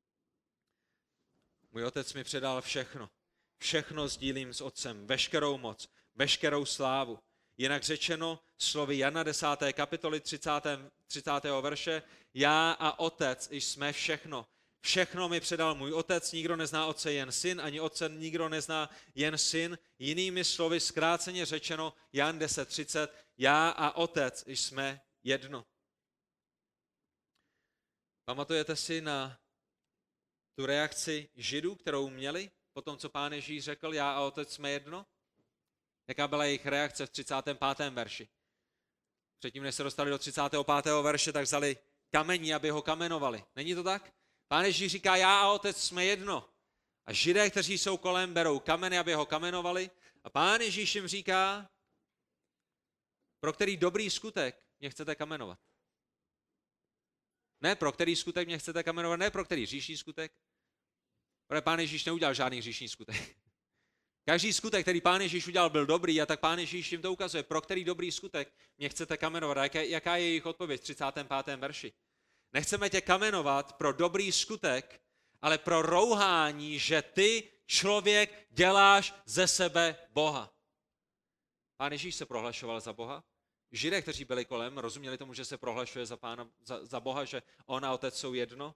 Speaker 1: Můj otec mi předal všechno. Všechno sdílím s otcem, veškerou moc, veškerou slávu. Jinak řečeno, slovy Jana desáté kapitoly třicátého verše, já a otec jsme všechno. Všechno mi předal můj otec, nikdo nezná otce, jen syn, ani otce nikdo nezná, jen syn. Jinými slovy zkráceně řečeno, Jan deset třicet, já a otec jsme jedno. Pamatujete si na tu reakci Židů, kterou měli po tom, co Pán Ježíš řekl, já a otec jsme jedno? Jaká byla jejich reakce v třicátém pátém verši? Předtím, než se dostali do třicátého pátého verše, tak vzali kamení, aby ho kamenovali. Není to tak? Pán Ježíš říká, já a otec jsme jedno. A Židé, kteří jsou kolem, berou kameny, aby ho kamenovali. A Pán Ježíš jim říká, pro který dobrý skutek mě chcete kamenovat. Ne pro který skutek mě chcete kamenovat, ne pro který hříšný skutek. Protože Pán Ježíš neudělal žádný hříšný skutek. Každý skutek, který Pán Ježíš udělal, byl dobrý a tak Pán Ježíš jim to ukazuje. Pro který dobrý skutek mě chcete kamenovat. A jaká je jejich odpověď v třicátém pátém verši? Nechceme tě kamenovat pro dobrý skutek, ale pro rouhání, že ty, člověk, děláš ze sebe Boha. Pán Ježíš se prohlašoval za Boha. Židé, kteří byli kolem, rozuměli tomu, že se prohlašuje za, pána, za, za Boha, že on a otec jsou jedno.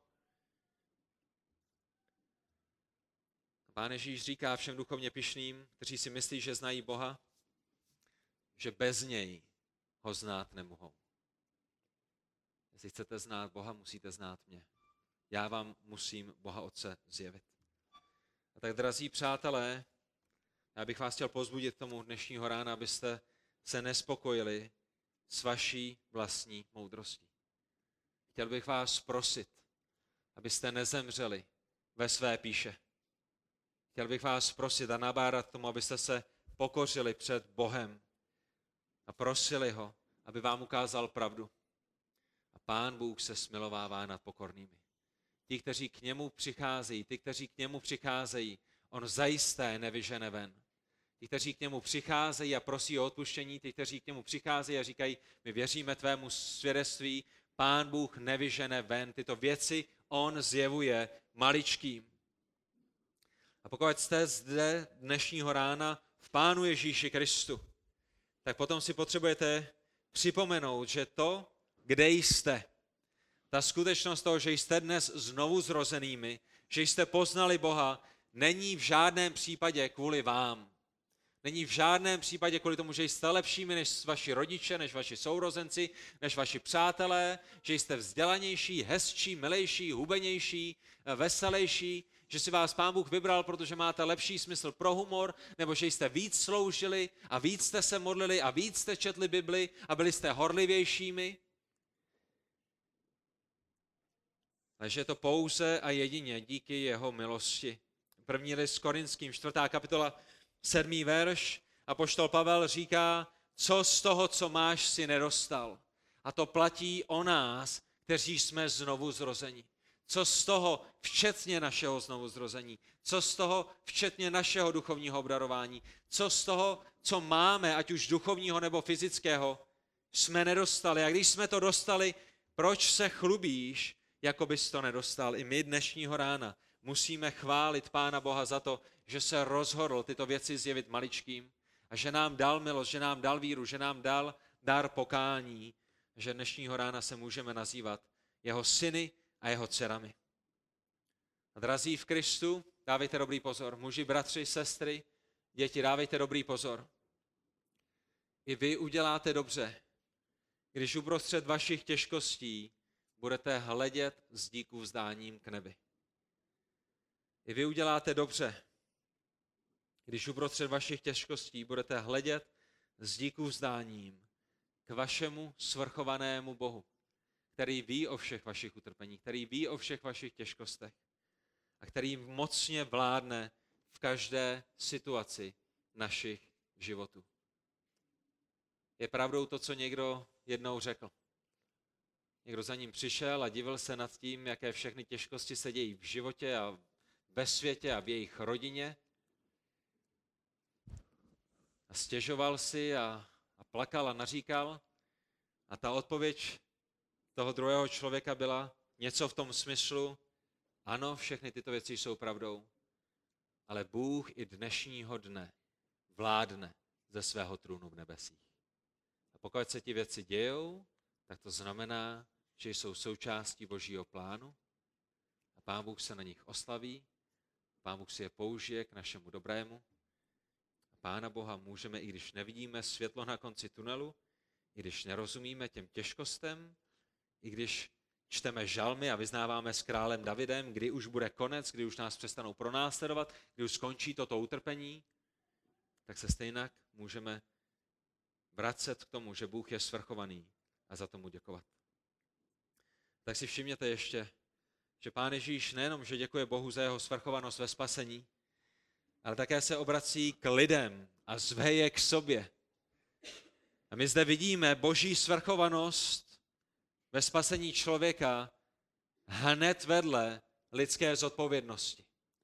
Speaker 1: Pán Ježíš říká všem duchovně pyšným, kteří si myslí, že znají Boha, že bez něj ho znát nemohou. Jestli chcete znát Boha, musíte znát mě. Já vám musím Boha Otce zjevit. A tak, drazí přátelé, já bych vás chtěl povzbudit k tomu dnešního rána, abyste se nespokojili s vaší vlastní moudrostí. Chtěl bych vás prosit, abyste nezemřeli ve své pýše. Chtěl bych vás prosit a nabádat k tomu, abyste se pokořili před Bohem a prosili ho, aby vám ukázal pravdu. A Pán Bůh se smilovává nad pokornými. Ti, kteří k němu přicházejí, ty, kteří k němu přicházejí, on zajisté nevyžene ven. Ti, kteří k němu přicházejí a prosí o odpuštění, ti, kteří k němu přicházejí a říkají, my věříme tvému svědectví, Pán Bůh nevyžene ven. Tyto věci on zjevuje maličkým. A pokud jste zde dnešního rána v Pánu Ježíši Kristu, tak potom si potřebujete připomenout, že to, kde jste, ta skutečnost toho, že jste dnes znovu zrozenými, že jste poznali Boha, není v žádném případě kvůli vám. Není v žádném případě kvůli tomu, že jste lepšími než vaši rodiče, než vaši sourozenci, než vaši přátelé, že jste vzdělanější, hezčí, milejší, hubenější, veselější, že si vás Pán Bůh vybral, protože máte lepší smysl pro humor, nebo že jste víc sloužili a víc jste se modlili a víc jste četli Bibli a byli jste horlivějšími. Takže je to pouze a jedině díky jeho milosti. První list Korinským, čtvrtá kapitola, sedmý verš, apoštol Pavel říká, co z toho, co máš, si nedostal. A to platí o nás, kteří jsme znovu zrozeni. Co z toho, včetně našeho znovu zrození. Co z toho, včetně našeho duchovního obdarování. Co z toho, co máme, ať už duchovního nebo fyzického, jsme nedostali. A když jsme to dostali, proč se chlubíš, jako bys to nedostal? I my dnešního rána musíme chválit Pána Boha za to, že se rozhodl tyto věci zjevit maličkým a že nám dal milost, že nám dal víru, že nám dal dar pokání, že dnešního rána se můžeme nazývat jeho syny a jeho dcerami. A drazí v Kristu, dávejte dobrý pozor. Muži, bratři, sestry, děti, dávejte dobrý pozor. I vy uděláte dobře, když uprostřed vašich těžkostí budete hledět s díku vzdáním k nebi. I vy uděláte dobře, když uprostřed vašich těžkostí budete hledět s díku vzdáním k vašemu svrchovanému Bohu, který ví o všech vašich utrpení, který ví o všech vašich těžkostech a který mocně vládne v každé situaci našich životů. Je pravdou to, co někdo jednou řekl. Někdo za ním přišel a divil se nad tím, jaké všechny těžkosti se dějí v životě a ve světě a v jejich rodině. A stěžoval si a, a plakal a naříkal. A ta odpověď toho druhého člověka byla něco v tom smyslu, ano, všechny tyto věci jsou pravdou, ale Bůh i dnešního dne vládne ze svého trůnu v nebesích. A pokud se ti věci dějou, tak to znamená, že jsou součástí Božího plánu a Pán Bůh se na nich oslaví, Pán Bůh si je použije k našemu dobrému. A Pána Boha můžeme, i když nevidíme světlo na konci tunelu, i když nerozumíme těm těžkostem, i když čteme žalmy a vyznáváme s králem Davidem, kdy už bude konec, kdy už nás přestanou pronásledovat, kdy už skončí toto utrpení, tak se stejně můžeme vracet k tomu, že Bůh je svrchovaný a za tomu děkovat. Tak si všimněte ještě, že Pán Ježíš nejenom, že děkuje Bohu za jeho svrchovanost ve spasení, ale také se obrací k lidem a zve je k sobě. A my zde vidíme Boží svrchovanost ve spasení člověka hned vedle lidské zodpovědnosti.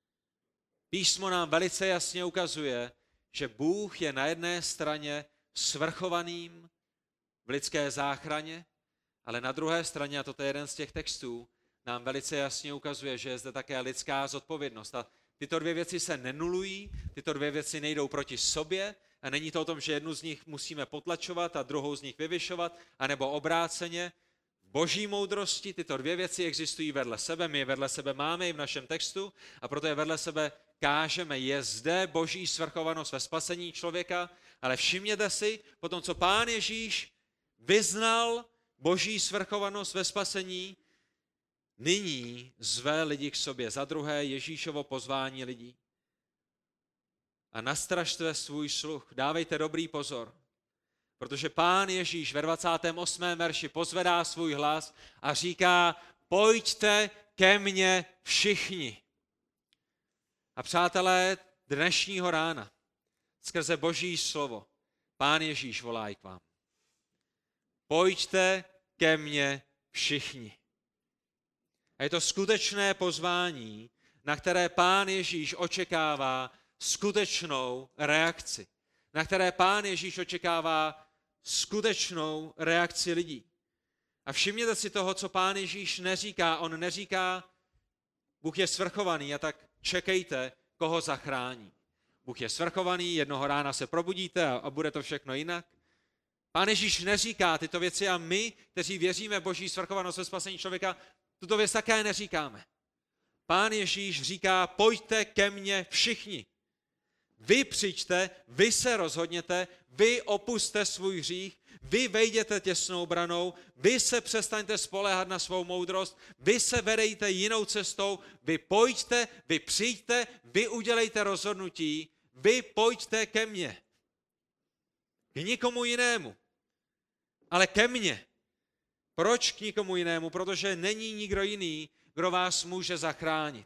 Speaker 1: Písmo nám velice jasně ukazuje, že Bůh je na jedné straně svrchovaným v lidské záchraně, ale na druhé straně, a toto je jeden z těch textů, nám velice jasně ukazuje, že je zde také lidská zodpovědnost. A tyto dvě věci se nenulují, tyto dvě věci nejdou proti sobě a není to o tom, že jednu z nich musíme potlačovat a druhou z nich vyvyšovat, anebo obráceně. V Boží moudrosti tyto dvě věci existují vedle sebe, my je vedle sebe máme i v našem textu a proto je vedle sebe kážeme. Je zde Boží svrchovanost ve spasení člověka, ale všimněte si, po tom, co Pán Ježíš vyznal Boží svrchovanost ve spasení, nyní zve lidi k sobě. Za druhé Ježíšovo pozvání lidí. A nastražte svůj sluch, dávejte dobrý pozor, protože Pán Ježíš ve dvacátém osmém verši pozvedá svůj hlas a říká, pojďte ke mně všichni. A přátelé, dnešního rána, skrze Boží slovo, Pán Ježíš volá i k vám. Pojďte ke mně všichni. A je to skutečné pozvání, na které Pán Ježíš očekává skutečnou reakci. Na které Pán Ježíš očekává skutečnou reakci lidí. A všimněte si toho, co Pán Ježíš neříká. On neříká, Bůh je svrchovaný a tak čekejte, koho zachrání. Bůh je svrchovaný, jednoho rána se probudíte a, a bude to všechno jinak. Pán Ježíš neříká tyto věci a my, kteří věříme v Boží svrchovanost ve spasení člověka, tuto věc také neříkáme. Pán Ježíš říká, pojďte ke mně všichni. Vy přijďte, vy se rozhodněte, vy opuste svůj hřích, vy vejděte těsnou branou, vy se přestaňte spoléhat na svou moudrost, vy se vedejte jinou cestou, vy pojďte, vy přijďte, vy udělejte rozhodnutí, vy pojďte ke mně. K nikomu jinému, ale ke mně. Proč k nikomu jinému? Protože není nikdo jiný, kdo vás může zachránit.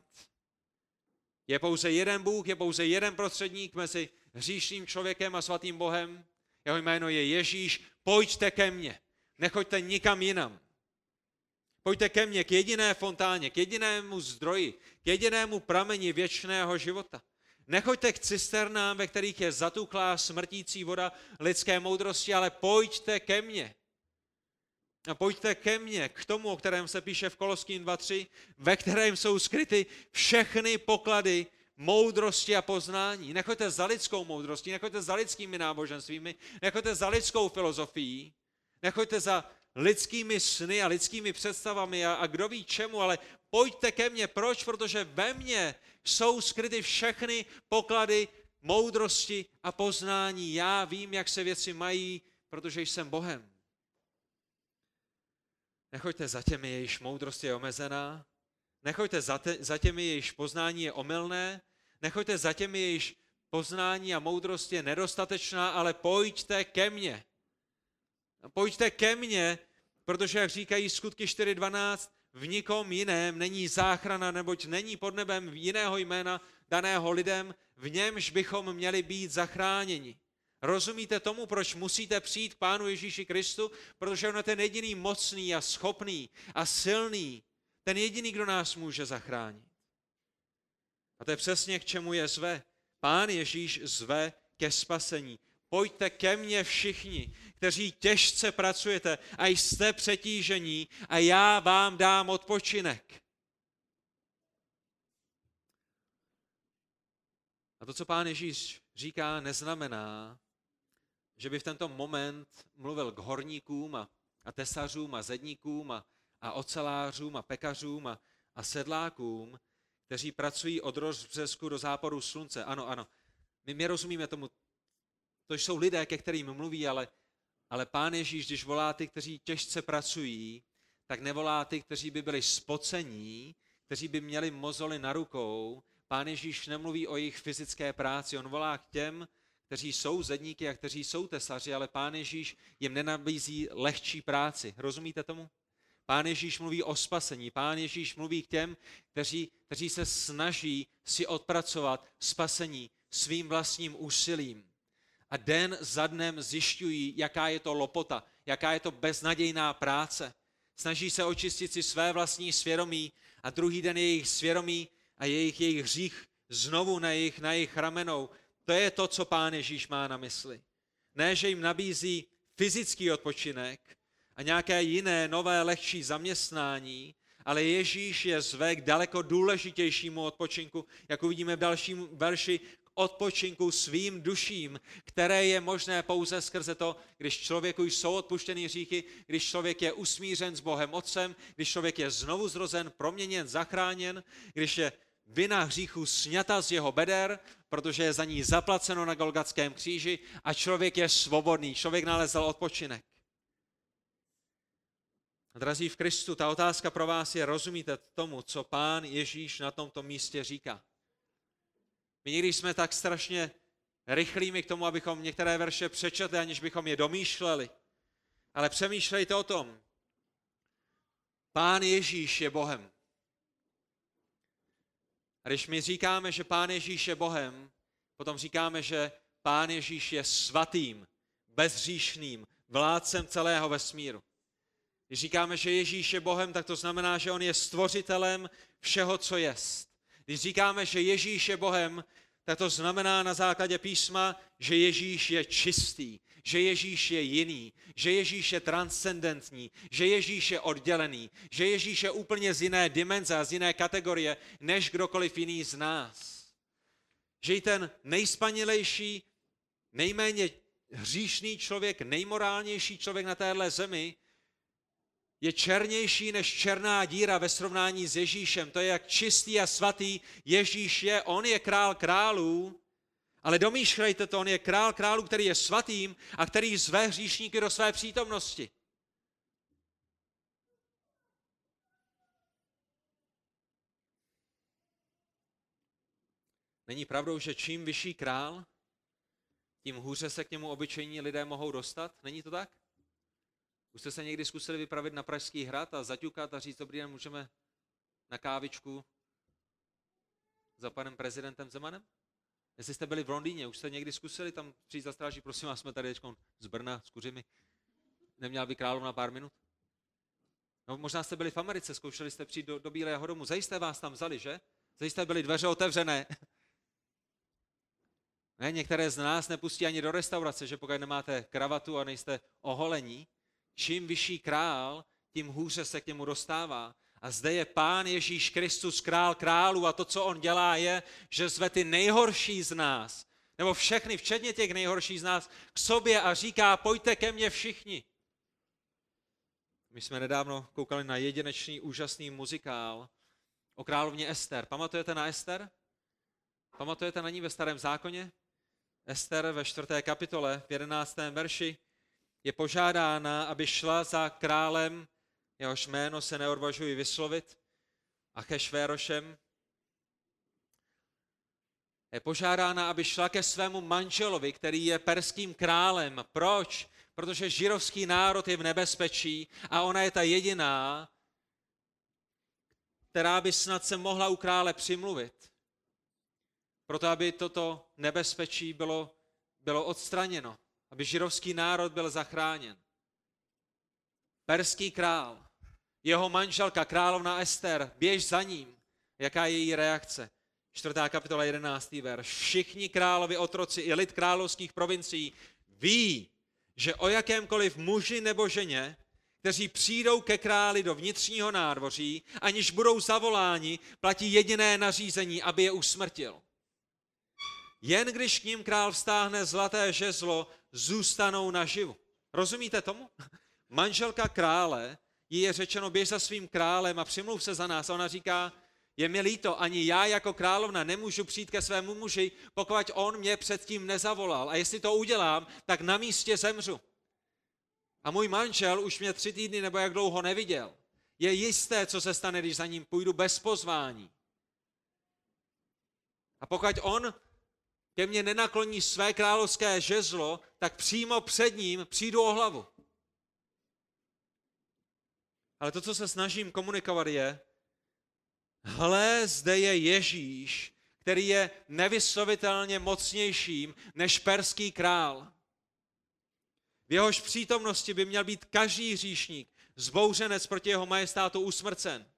Speaker 1: Je pouze jeden Bůh, je pouze jeden prostředník mezi hříšným člověkem a svatým Bohem. Jeho jméno je Ježíš. Pojďte ke mně. Nechoďte nikam jinam. Pojďte ke mně, k jediné fontáně, k jedinému zdroji, k jedinému prameni věčného života. Nechoďte k cisternám, ve kterých je zatuchlá smrtící voda lidské moudrosti, ale pojďte ke mně. A pojďte ke mně, k tomu, o kterém se píše v Koloským dva tři, ve kterém jsou skryty všechny poklady moudrosti a poznání. Nechoďte za lidskou moudrostí, nechoďte za lidskými náboženstvími, nechoďte za lidskou filozofií, nechoďte za lidskými sny a lidskými představami a, a kdo ví čemu, ale pojďte ke mně. Proč? Protože ve mně jsou skryty všechny poklady moudrosti a poznání. Já vím, jak se věci mají, protože jsem Bohem. Nechoďte za těmi, jejichž moudrost je omezená, nechoďte za, te, za těmi, jejichž poznání je omylné, nechoďte za těmi, jejichž poznání a moudrost je nedostatečná, ale pojďte ke mně. Pojďte ke mně, protože, jak říkají Skutky čtyři dvanáct, v nikom jiném není záchrana, neboť není pod nebem jiného jména daného lidem, v němž bychom měli být zachráněni. Rozumíte tomu, proč musíte přijít k Pánu Ježíši Kristu? Protože on je ten jediný mocný a schopný a silný, ten jediný, kdo nás může zachránit. A to je přesně, k čemu je zve. Pán Ježíš zve ke spasení. Pojďte ke mně všichni, kteří těžce pracujete a jste přetížení a já vám dám odpočinek. A to, co Pán Ježíš říká, neznamená, že by v tento moment mluvil k horníkům a, a tesařům a zedníkům a, a ocelářům a pekařům a, a sedlákům, kteří pracují od rozbřesku do západu slunce. Ano, ano, my, my rozumíme tomu, to jsou lidé, ke kterým mluví, ale, ale Pán Ježíš, když volá ty, kteří těžce pracují, tak nevolá ty, kteří by byli spocení, kteří by měli mozoly na rukou. Pán Ježíš nemluví o jejich fyzické práci, on volá k těm, kteří jsou zedníky a kteří jsou tesaři, ale Pán Ježíš jim nenabízí lehčí práci. Rozumíte tomu? Pán Ježíš mluví o spasení. Pán Ježíš mluví k těm, kteří, kteří se snaží si odpracovat spasení svým vlastním úsilím. A den za dnem zjišťují, jaká je to lopota, jaká je to beznadějná práce. Snaží se očistit si své vlastní svědomí a druhý den jejich svědomí a jejich, jejich hřích znovu na jejich, na jejich ramenou. To je to, co Pán Ježíš má na mysli. Ne, že jim nabízí fyzický odpočinek a nějaké jiné, nové, lehčí zaměstnání, ale Ježíš je zve k daleko důležitějšímu odpočinku, jak uvidíme v dalším verši, k odpočinku svým duším, které je možné pouze skrze to, když člověku jsou odpuštěny hříchy, když člověk je usmířen s Bohem Otcem, když člověk je znovu zrozen, proměněn, zachráněn, když je vina hříchu sňata z jeho beder, protože je za ní zaplaceno na Golgatském kříži a člověk je svobodný, člověk nalezl odpočinek. Drazí v Kristu, ta otázka pro vás je, rozumíte tomu, co Pán Ježíš na tomto místě říká? My někdy jsme tak strašně rychlými k tomu, abychom některé verše přečetli, aniž bychom je domýšleli. Ale přemýšlejte o tom. Pán Ježíš je Bohem. A když my říkáme, že Pán Ježíš je Bohem, potom říkáme, že Pán Ježíš je svatým, bezhříšným, vládcem celého vesmíru. Když říkáme, že Ježíš je Bohem, tak to znamená, že on je stvořitelem všeho, co jest. Když říkáme, že Ježíš je Bohem, tak to znamená na základě písma, že Ježíš je čistý, že Ježíš je jiný, že Ježíš je transcendentní, že Ježíš je oddělený, že Ježíš je úplně z jiné dimenze a z jiné kategorie, než kdokoliv jiný z nás. Že i ten nejspanilejší, nejméně hříšný člověk, nejmorálnější člověk na téhle zemi je černější než černá díra ve srovnání s Ježíšem. To je, jak čistý a svatý Ježíš je. On je král králů, ale domýšlejte to, on je král králů, který je svatým a který zve hříšníky do své přítomnosti. Není pravdou, že čím vyšší král, tím hůře se k němu obyčejní lidé mohou dostat? Není to tak? Už jste se někdy zkusili vypravit na Pražský hrad a zaťukat a říct, dobrý den, můžeme na kávičku za panem prezidentem Zemanem? Jestli jste byli v Londýně, už jste někdy zkusili tam přijít za stráží, prosím vás, jsme tady teďkon z Brna s kuřimi. Neměla by královna pár minut? No, možná jste byli v Americe, zkoušeli jste přijít do, do Bílého domu, zajisté vás tam vzali, že? Zajisté byly dveře otevřené. Ne, některé z nás nepustí ani do restaurace, že pokud nemáte kravatu a nejste oholení, čím vyšší král, tím hůře se k němu dostává. A zde je Pán Ježíš Kristus, král králů, a to, co on dělá, je, že zve ty nejhorší z nás, nebo všechny, včetně těch nejhorších z nás, k sobě a říká, pojďte ke mně všichni. My jsme nedávno koukali na jedinečný, úžasný muzikál o královně Ester. Pamatujete na Ester? Pamatujete na ní ve Starém zákoně? Ester ve čtvrté kapitole, v jedenáctém verši, je požádána, aby šla za králem, jehož jméno se neodvažuji vyslovit, Achešvérošem. Je požádána, aby šla ke svému manželovi, který je perským králem. Proč? Protože židovský národ je v nebezpečí a ona je ta jediná, která by snad se mohla u krále přimluvit. Proto, aby toto nebezpečí bylo, bylo odstraněno, aby židovský národ byl zachráněn. Perský král, jeho manželka, královna Ester, běž za ním. Jaká je její reakce? Čtvrtá kapitola, jedenáctý verš. Všichni královi, otroci i lid královských provincií ví, že o jakémkoliv muži nebo ženě, kteří přijdou ke králi do vnitřního nádvoří, aniž budou zavoláni, platí jediné nařízení, aby je usmrtil. Jen když k ním král vztáhne zlaté žezlo, zůstanou naživu. Rozumíte tomu? Manželka krále, jí je řečeno, běž za svým králem a přimluv se za nás. A ona říká, je mi líto, ani já jako královna nemůžu přijít ke svému muži, pokud on mě předtím nezavolal. A jestli to udělám, tak na místě zemřu. A můj manžel už mě tři týdny nebo jak dlouho neviděl. Je jisté, co se stane, když za ním půjdu bez pozvání. A pokud on ke mně nenakloní své královské žezlo, tak přímo před ním přijdu o hlavu. Ale to, co se snažím komunikovat, je, hle, zde je Ježíš, který je nevyslovitelně mocnějším než perský král. V jehož přítomnosti by měl být každý hříšník, zbouřenec proti jeho majestátu usmrcen.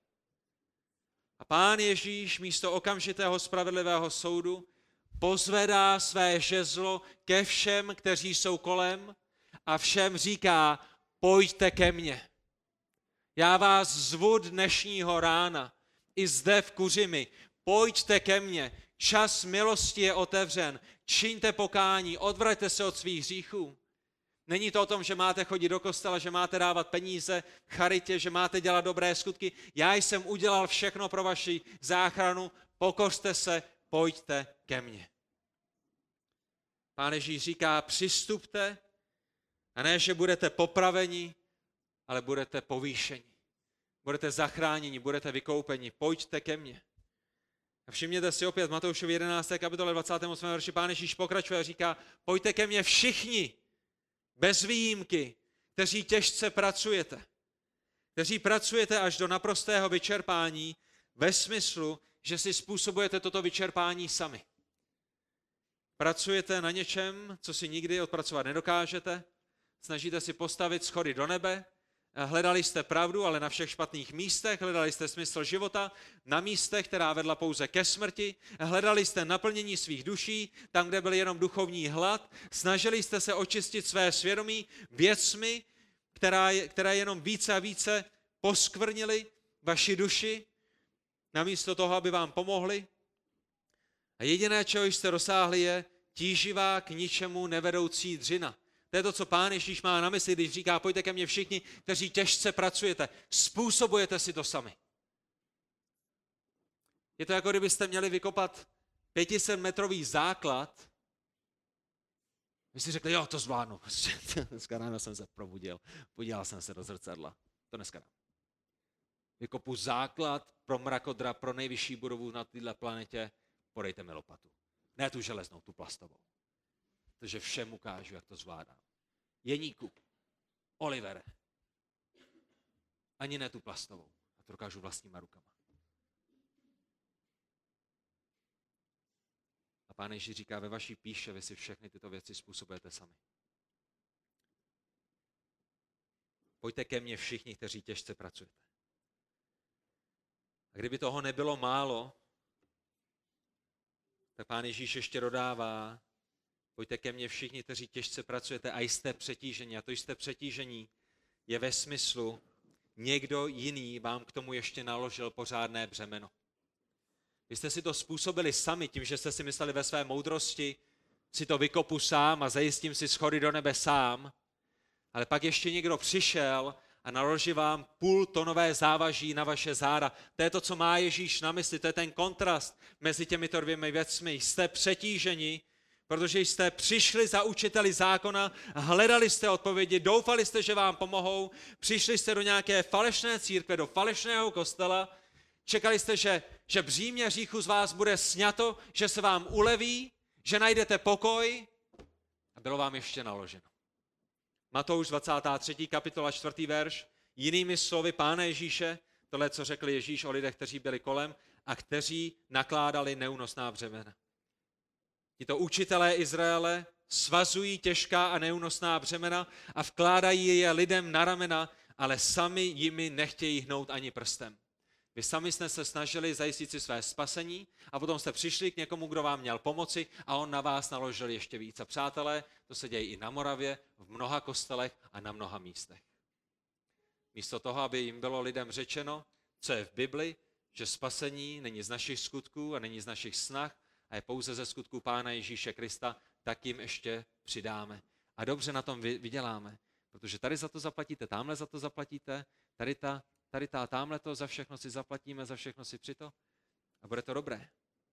Speaker 1: A Pán Ježíš místo okamžitého spravedlivého soudu pozvedá své žezlo ke všem, kteří jsou kolem, a všem říká, pojďte ke mně. Já vás zvu dnešního rána, i zde v Kuřimi, pojďte ke mně, čas milosti je otevřen, čiňte pokání, odvraťte se od svých hříchů. Není to o tom, že máte chodit do kostela, že máte dávat peníze charitě, že máte dělat dobré skutky. Já jsem udělal všechno pro vaši záchranu, pokořte se, pojďte ke mně. Pán Ježíš říká, přistupte, a ne, že budete popraveni, ale budete povýšeni. Budete zachráněni, budete vykoupeni, pojďte ke mně. A všimněte si opět v Matoušově jedenácté kapitole dvacátém osmém verši Pán Ježíš pokračuje a říká, pojďte ke mně všichni, bez výjimky, kteří těžce pracujete. Kteří pracujete až do naprostého vyčerpání, ve smyslu, že si způsobujete toto vyčerpání sami. Pracujete na něčem, co si nikdy odpracovat nedokážete, snažíte si postavit schody do nebe, hledali jste pravdu, ale na všech špatných místech, hledali jste smysl života, na místech, která vedla pouze ke smrti, hledali jste naplnění svých duší, tam, kde byl jenom duchovní hlad, snažili jste se očistit své svědomí věcmi, která, které jenom více a více poskvrnily vaši duši, namísto toho, aby vám pomohli. A jediné, čeho jste dosáhli, je tíživá, k ničemu nevedoucí dřina. To je to, co Pán Ježíš má na mysli, když říká, pojďte ke mně všichni, kteří těžce pracujete. Způsobujete si to sami. Je to jako kdybyste měli vykopat pětisetmetrový základ. Vy si řekli, jo, to zvládnu. Dneska ráno jsem se probudil, podíval jsem se do zrcadla. To dneska dám. Vykopu základ pro mrakodrap, pro nejvyšší budovu na této planetě, podejte mi lopatu. Ne tu železnou, tu plastovou. Takže všem ukážu, jak to zvládám. Jeníku, Olivere, ani ne tu plastovou. A to dokážu vlastníma rukama. A Pán Ježíš říká, ve vaší píše, vy si všechny tyto věci způsobujete sami. Pojďte ke mně všichni, kteří těžce pracujete. A kdyby toho nebylo málo, tak Pán Ježíš ještě dodává, Pojďte ke mně všichni, kteří těžce pracujete a jste přetížení. A to jste přetížení je ve smyslu, někdo jiný vám k tomu ještě naložil pořádné břemeno. Vy jste si to způsobili sami tím, že jste si mysleli ve své moudrosti, si to vykopu sám a zajistím si schody do nebe sám, ale pak ještě někdo přišel a naložil vám půl tonové závaží na vaše záda. To je to, co má Ježíš na mysli, to je ten kontrast mezi těmito dvěmi věcmi. Jste přetíženi, protože jste přišli za učiteli zákona, hledali jste odpovědi, doufali jste, že vám pomohou, přišli jste do nějaké falešné církve, do falešného kostela, čekali jste, že, že břímě hříchu z vás bude sňato, že se vám uleví, že najdete pokoj a bylo vám ještě naloženo. Matouš dvacátá třetí kapitola čtvrtý verš, jinými slovy Pána Ježíše, tohle, co řekl Ježíš o lidech, kteří byli kolem a kteří nakládali neúnosná břemena. Tito učitelé Izraele svazují těžká a neúnosná břemena a vkládají je lidem na ramena, ale sami jimi nechtějí hnout ani prstem. Vy sami jste se snažili zajistit si své spasení a potom jste přišli k někomu, kdo vám měl pomoci a on na vás naložil ještě víc. A přátelé, to se děje i na Moravě, v mnoha kostelech a na mnoha místech. Místo toho, aby jim bylo lidem řečeno, co je v Bibli, že spasení není z našich skutků a není z našich snah a je pouze ze skutků Pána Ježíše Krista, tak jim ještě přidáme. A dobře na tom vyděláme, protože tady za to zaplatíte, tamhle za to zaplatíte, tady ta Tady ta, tamhle to, za všechno si zaplatíme, za všechno si přito a bude to dobré.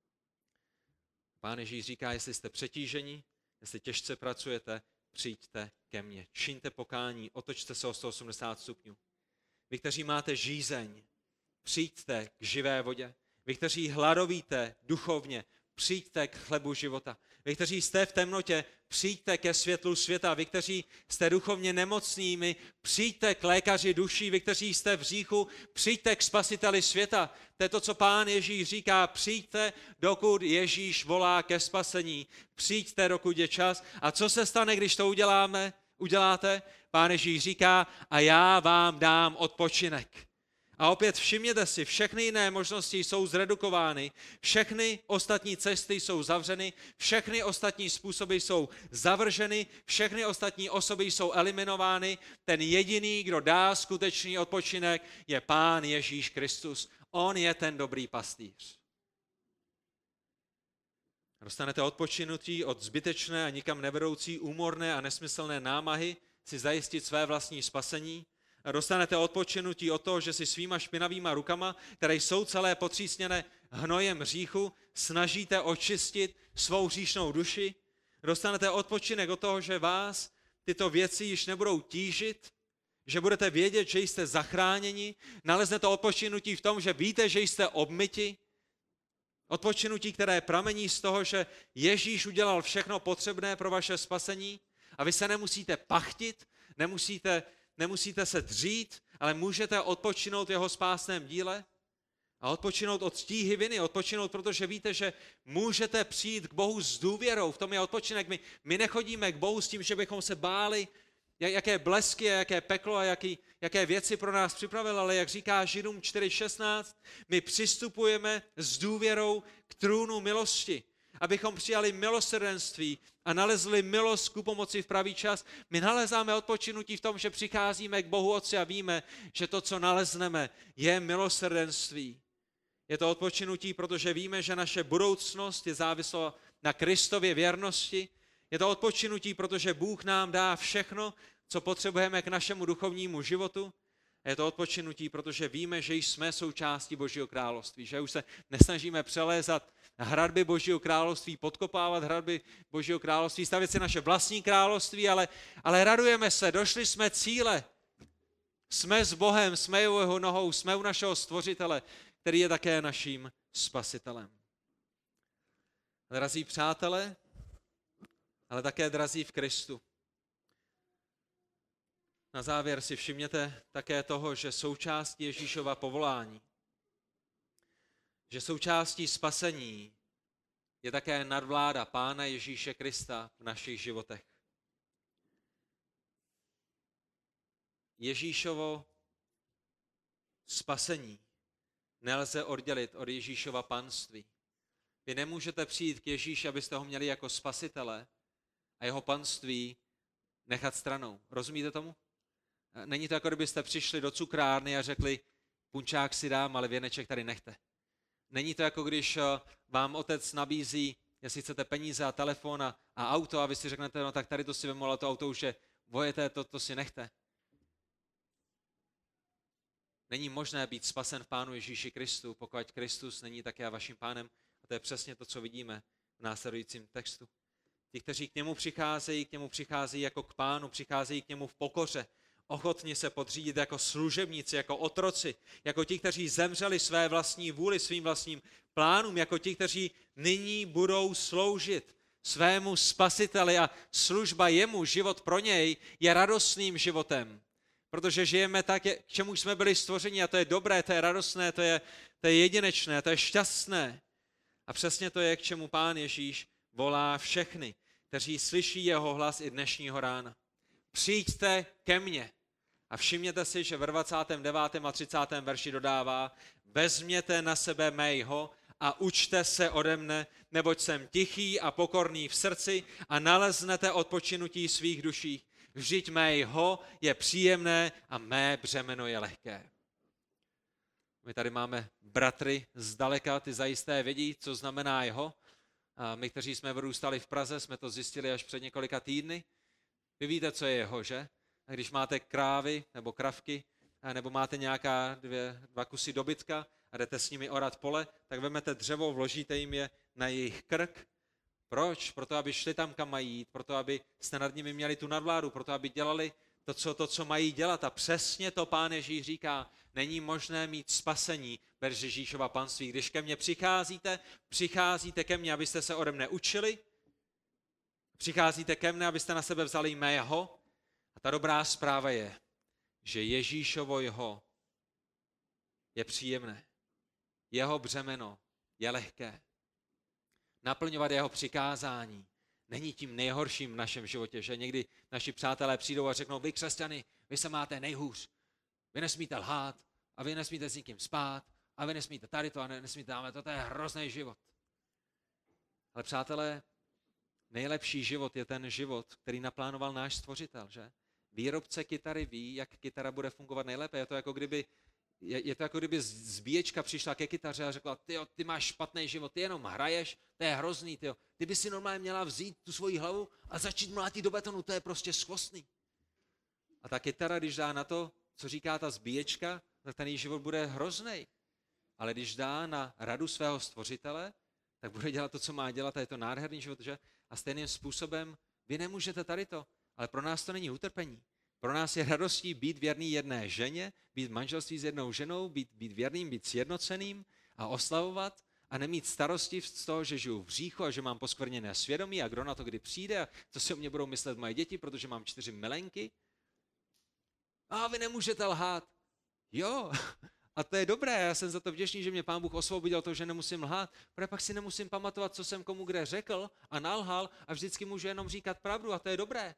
Speaker 1: Pán Ježíš říká, jestli jste přetíženi, jestli těžce pracujete, přijďte ke mně. Čiňte pokání, otočte se o sto osmdesát stupňů. Vy, kteří máte žízeň, přijďte k živé vodě. Vy, kteří hladovíte duchovně, přijďte k chlebu života. Vy, kteří jste v temnotě, přijďte ke světlu světa. Vy, kteří jste duchovně nemocnými, přijďte k lékaři duší. Vy, kteří jste v hříchu, přijďte k spasiteli světa. To je to, co Pán Ježíš říká. Přijďte, dokud Ježíš volá ke spasení. Přijďte, dokud je čas. A co se stane, když to uděláme? Uděláte? Pán Ježíš říká, a já vám dám odpočinek. A opět všimněte si, všechny jiné možnosti jsou zredukovány, všechny ostatní cesty jsou zavřeny, všechny ostatní způsoby jsou zavrženy, všechny ostatní osoby jsou eliminovány. Ten jediný, kdo dá skutečný odpočinek, je Pán Ježíš Kristus. On je ten dobrý pastýř. Dostanete odpočinutí od zbytečné a nikam nevedoucí, úmorné a nesmyslné námahy si zajistit své vlastní spasení. Dostanete odpočinutí od toho, že si svýma špinavýma rukama, které jsou celé potřísněné hnojem hříchu, snažíte očistit svou hříšnou duši. Dostanete odpočinek od toho, že vás tyto věci již nebudou tížit, že budete vědět, že jste zachráněni. Naleznete odpočinutí v tom, že víte, že jste obmyti. Odpočinutí, které pramení z toho, že Ježíš udělal všechno potřebné pro vaše spasení a vy se nemusíte pachtit, nemusíte Nemusíte se dřít, ale můžete odpočinout v jeho spásném díle a odpočinout od stíhy viny, odpočinout, protože víte, že můžete přijít k Bohu s důvěrou. V tom je odpočinek. My, my nechodíme k Bohu s tím, že bychom se báli, jaké blesky a jaké peklo a jaký, jaké věci pro nás připravil, ale jak říká Židům čtyři šestnáct, my přistupujeme s důvěrou k trůnu milosti, abychom přijali milosrdenství a nalezli milost ku pomoci v pravý čas. My nalezáme odpočinutí v tom, že přicházíme k Bohu Otci a víme, že to, co nalezneme, je milosrdenství. Je to odpočinutí, protože víme, že naše budoucnost je závislá na Kristově věrnosti. Je to odpočinutí, protože Bůh nám dá všechno, co potřebujeme k našemu duchovnímu životu. Je to odpočinutí, protože víme, že jsme součástí Božího království, že už se nesnažíme přelézat hradby Božího království, podkopávat hradby Božího království, stavět si naše vlastní království, ale, ale radujeme se, došli jsme cíle. Jsme s Bohem, jsme u jeho nohou, jsme u našeho stvořitele, který je také naším spasitelem. Drazí přátelé, ale také drazí v Kristu. Na závěr si všimněte také toho, že součástí Ježíšova povolání, že součástí spasení je také nadvláda Pána Ježíše Krista v našich životech. Ježíšovo spasení nelze oddělit od Ježíšova panství. Vy nemůžete přijít k Ježíši, abyste ho měli jako spasitele, a jeho panství nechat stranou. Rozumíte tomu? Není to, jako kdybyste přišli do cukrárny a řekli, punčák si dám, ale věneček tady nechte. Není to, jako když vám otec nabízí, jestli chcete peníze a telefon a, a auto a vy si řeknete, no tak tady to si vemu, ale to auto už je vojeté, to, to si nechte. Není možné být spasen v Pánu Ježíši Kristu, pokud Kristus není také vaším pánem. A to je přesně to, co vidíme v následujícím textu. Ti, kteří k němu přicházejí, k němu přicházejí jako k Pánu, přicházejí k němu v pokoře, ochotně se podřídit jako služebníci, jako otroci, jako ti, kteří zemřeli své vlastní vůli, svým vlastním plánům, jako ti, kteří nyní budou sloužit svému spasiteli a služba jemu, život pro něj, je radostným životem. Protože žijeme tak, k čemu jsme byli stvořeni a to je dobré, to je radostné, to je, to je jedinečné, to je šťastné. A přesně to je, k čemu Pán Ježíš volá všechny, kteří slyší jeho hlas i dnešního rána. Přijďte ke mně. A všimněte si, že ve dvacátém devátém a třicátém verši dodává, vezměte na sebe mého a učte se ode mne, neboť jsem tichý a pokorný v srdci a naleznete odpočinutí svých duší. Vždyť mého je příjemné a mé břemeno je lehké. My tady máme bratry zdaleka, ty zajisté vědí, co znamená jeho. A my, kteří jsme vyrůstali v Praze, jsme to zjistili až před několika týdny. Vy víte, co je jeho, že? A když máte krávy nebo kravky, nebo máte nějaká dvě, dva kusy dobytka a jdete s nimi orat pole, tak vezmete dřevo, vložíte jim je na jejich krk. Proč? Proto, aby šli tam, kam mají jít, proto, aby jste nad nimi měli tu nadvládu, proto, aby dělali to co, to, co mají dělat. A přesně to Pán Ježíš říká, není možné mít spasení bez Ježíšova panství. Když ke mně přicházíte, přicházíte ke mně, abyste se ode mne učili, přicházíte ke mně, abyste na sebe vzali mého. A ta dobrá zpráva je, že Ježíšovo jeho je příjemné. Jeho břemeno je lehké. Naplňovat jeho přikázání není tím nejhorším v našem životě, že někdy naši přátelé přijdou a řeknou, vy křesťany, vy se máte nejhůř, vy nesmíte lhát a vy nesmíte s nikým spát a vy nesmíte tady to a nesmíte dáme to, to je hrozný život. Ale přátelé, nejlepší život je ten život, který naplánoval náš stvořitel, že? Výrobce kytary ví, jak kytara bude fungovat nejlépe. Je to jako kdyby, je, je to jako kdyby zbíječka přišla ke kytaře a řekla, tyjo, ty máš špatný život, ty jenom hraješ, to je hrozný, tyjo. Ty by si normálně měla vzít tu svoji hlavu a začít mlátit do betonu, to je prostě skvostný. A ta kytara, když dá na to, co říká ta zbíječka, tak ten její život bude hrozný. Ale když dá na radu svého stvořitele, tak bude dělat to, co má dělat a je to nádherný život, že? A stejným způsobem vy nemůžete tady to, ale pro nás to není utrpení. Pro nás je radostí být věrný jedné ženě, být v manželství s jednou ženou, být, být věrným, být sjednoceným a oslavovat a nemít starosti z toho, že žiju v hříchu a že mám poskvrněné svědomí a kdo na to kdy přijde a co si o mě budou myslet moje děti, protože mám čtyři milenky. A vy nemůžete lhát. Jo, a to je dobré, já jsem za to vděčný, že mě Pán Bůh osvobodil to, že nemusím lhát, protože pak si nemusím pamatovat, co jsem komu kde řekl a nalhal a vždycky můžu jenom říkat pravdu a to je dobré.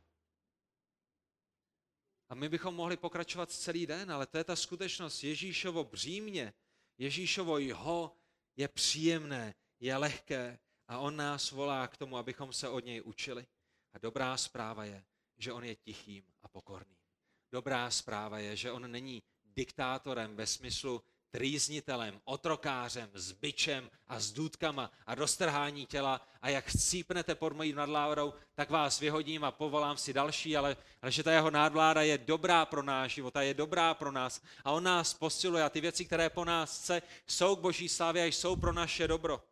Speaker 1: A my bychom mohli pokračovat celý den, ale to je ta skutečnost. Ježíšovo břímě, Ježíšovo jeho je příjemné, je lehké a on nás volá k tomu, abychom se od něj učili. A dobrá zpráva je, že on je tichým a pokorným. Dobrá zpráva je, že on není diktátorem ve smyslu trýznitelem, otrokářem, s bičem a s důtkama a roztrhání těla a jak chcípnete pod mojí nadvládou, tak vás vyhodím a povolám si další, ale, ale že ta jeho nadvláda je dobrá pro náš život a je dobrá pro nás a on nás posiluje a ty věci, které po nás chce, jsou k boží slávě a jsou pro naše dobro.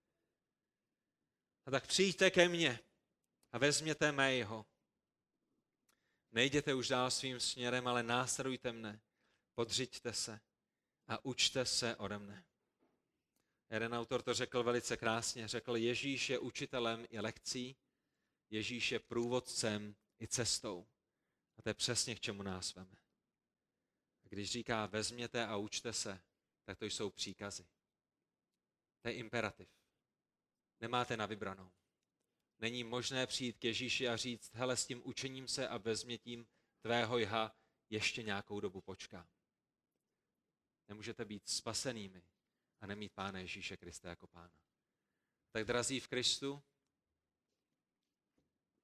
Speaker 1: A tak přijďte ke mně a vezměte mého. Nejděte už dál svým směrem, ale následujte mne. Podřiďte se a učte se ode mne. Jeden autor to řekl velice krásně. Řekl, Ježíš je učitelem i lekcí, Ježíš je průvodcem i cestou. A to je přesně k čemu nás veme. A když říká vezměte a učte se, tak to jsou příkazy. To je imperativ. Nemáte na vybranou. Není možné přijít k Ježíši a říct, hele, s tím učením se a vezmětím tvého jha ještě nějakou dobu počkám. Nemůžete být spasenými a nemít Pána Ježíše Krista jako Pána. Tak drazí v Kristu,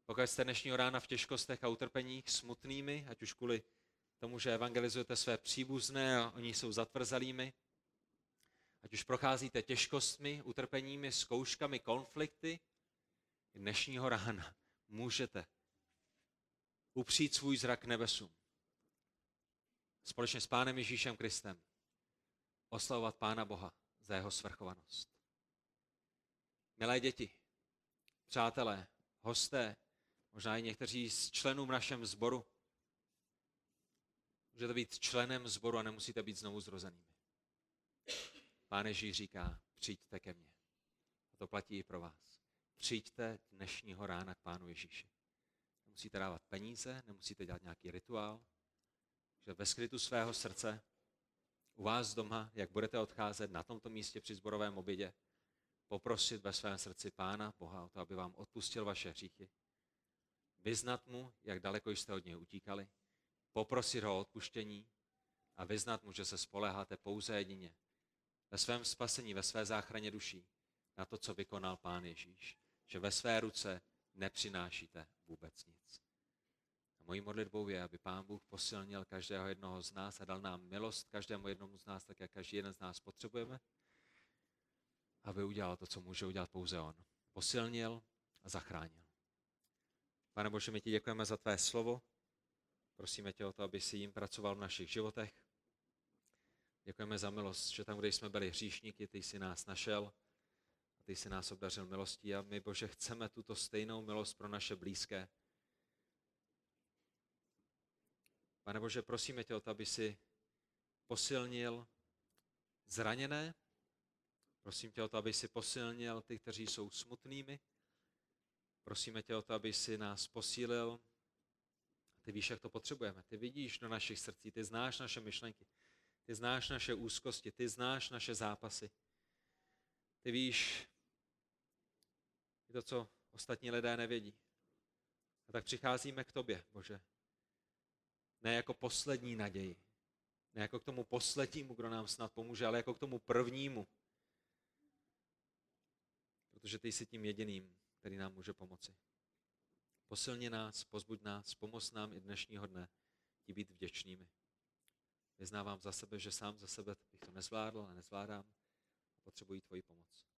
Speaker 1: Pokud jste dnešního rána v těžkostech a utrpeních, smutnými, ať už kvůli tomu, že evangelizujete své příbuzné a oni jsou zatvrzalými, ať už procházíte těžkostmi, utrpeními, zkouškami, konflikty, dnešního rána můžete upřít svůj zrak k nebesům. Společně s Pánem Ježíšem Kristem oslavovat Pána Boha za jeho svrchovanost. Milé děti, přátelé, hosté, možná i někteří z členů v našem sboru, můžete být členem sboru a nemusíte být znovu zrozenými. Pán Ježíš říká, přijďte ke mně. A to platí i pro vás. Přijďte dnešního rána k Pánu Ježíši. Nemusíte dávat peníze, nemusíte dělat nějaký rituál, že ve skrytu svého srdce u vás doma, jak budete odcházet na tomto místě při sborovém obědě, poprosit ve svém srdci Pána Boha o to, aby vám odpustil vaše hříchy, vyznat mu, jak daleko jste od něj utíkali, poprosit ho o odpuštění a vyznat mu, že se spoléháte pouze jedině ve svém spasení, ve své záchraně duší na to, co vykonal Pán Ježíš, že ve své ruce nepřinášíte vůbec nic. A mojí modlitbou je, aby Pán Bůh posilnil každého jednoho z nás a dal nám milost každému jednomu z nás, tak jak každý jeden z nás potřebujeme, aby udělal to, co může udělat pouze on. Posilnil a zachránil. Pane Bože, my ti děkujeme za tvé slovo. Prosíme tě o to, aby si jim pracoval v našich životech. Děkujeme za milost, že tam, kde jsme byli hříšníky, ty jsi nás našel a ty jsi nás obdařil milostí a my, Bože, chceme tuto stejnou milost pro naše blízké. Pane Bože, prosíme tě o to, aby si posilnil zraněné. Prosím tě o to, aby si posilnil ty, kteří jsou smutnými. Prosíme tě o to, aby si nás posílil. Ty víš, jak to potřebujeme. Ty vidíš do našich srdcí, ty znáš naše myšlenky, ty znáš naše úzkosti, ty znáš naše zápasy. Ty víš i to, co ostatní lidé nevědí. A tak přicházíme k tobě, Bože. Ne jako poslední naději, ne jako k tomu poslednímu, kdo nám snad pomůže, ale jako k tomu prvnímu. Protože ty jsi tím jediným, který nám může pomoci. Posilni nás, pozbuď nás, pomoz nám i dnešního dne ti být vděčnými. Vyznávám za sebe, že sám za sebe bych to nezvládl a nezvládám a potřebuji tvoji pomoc.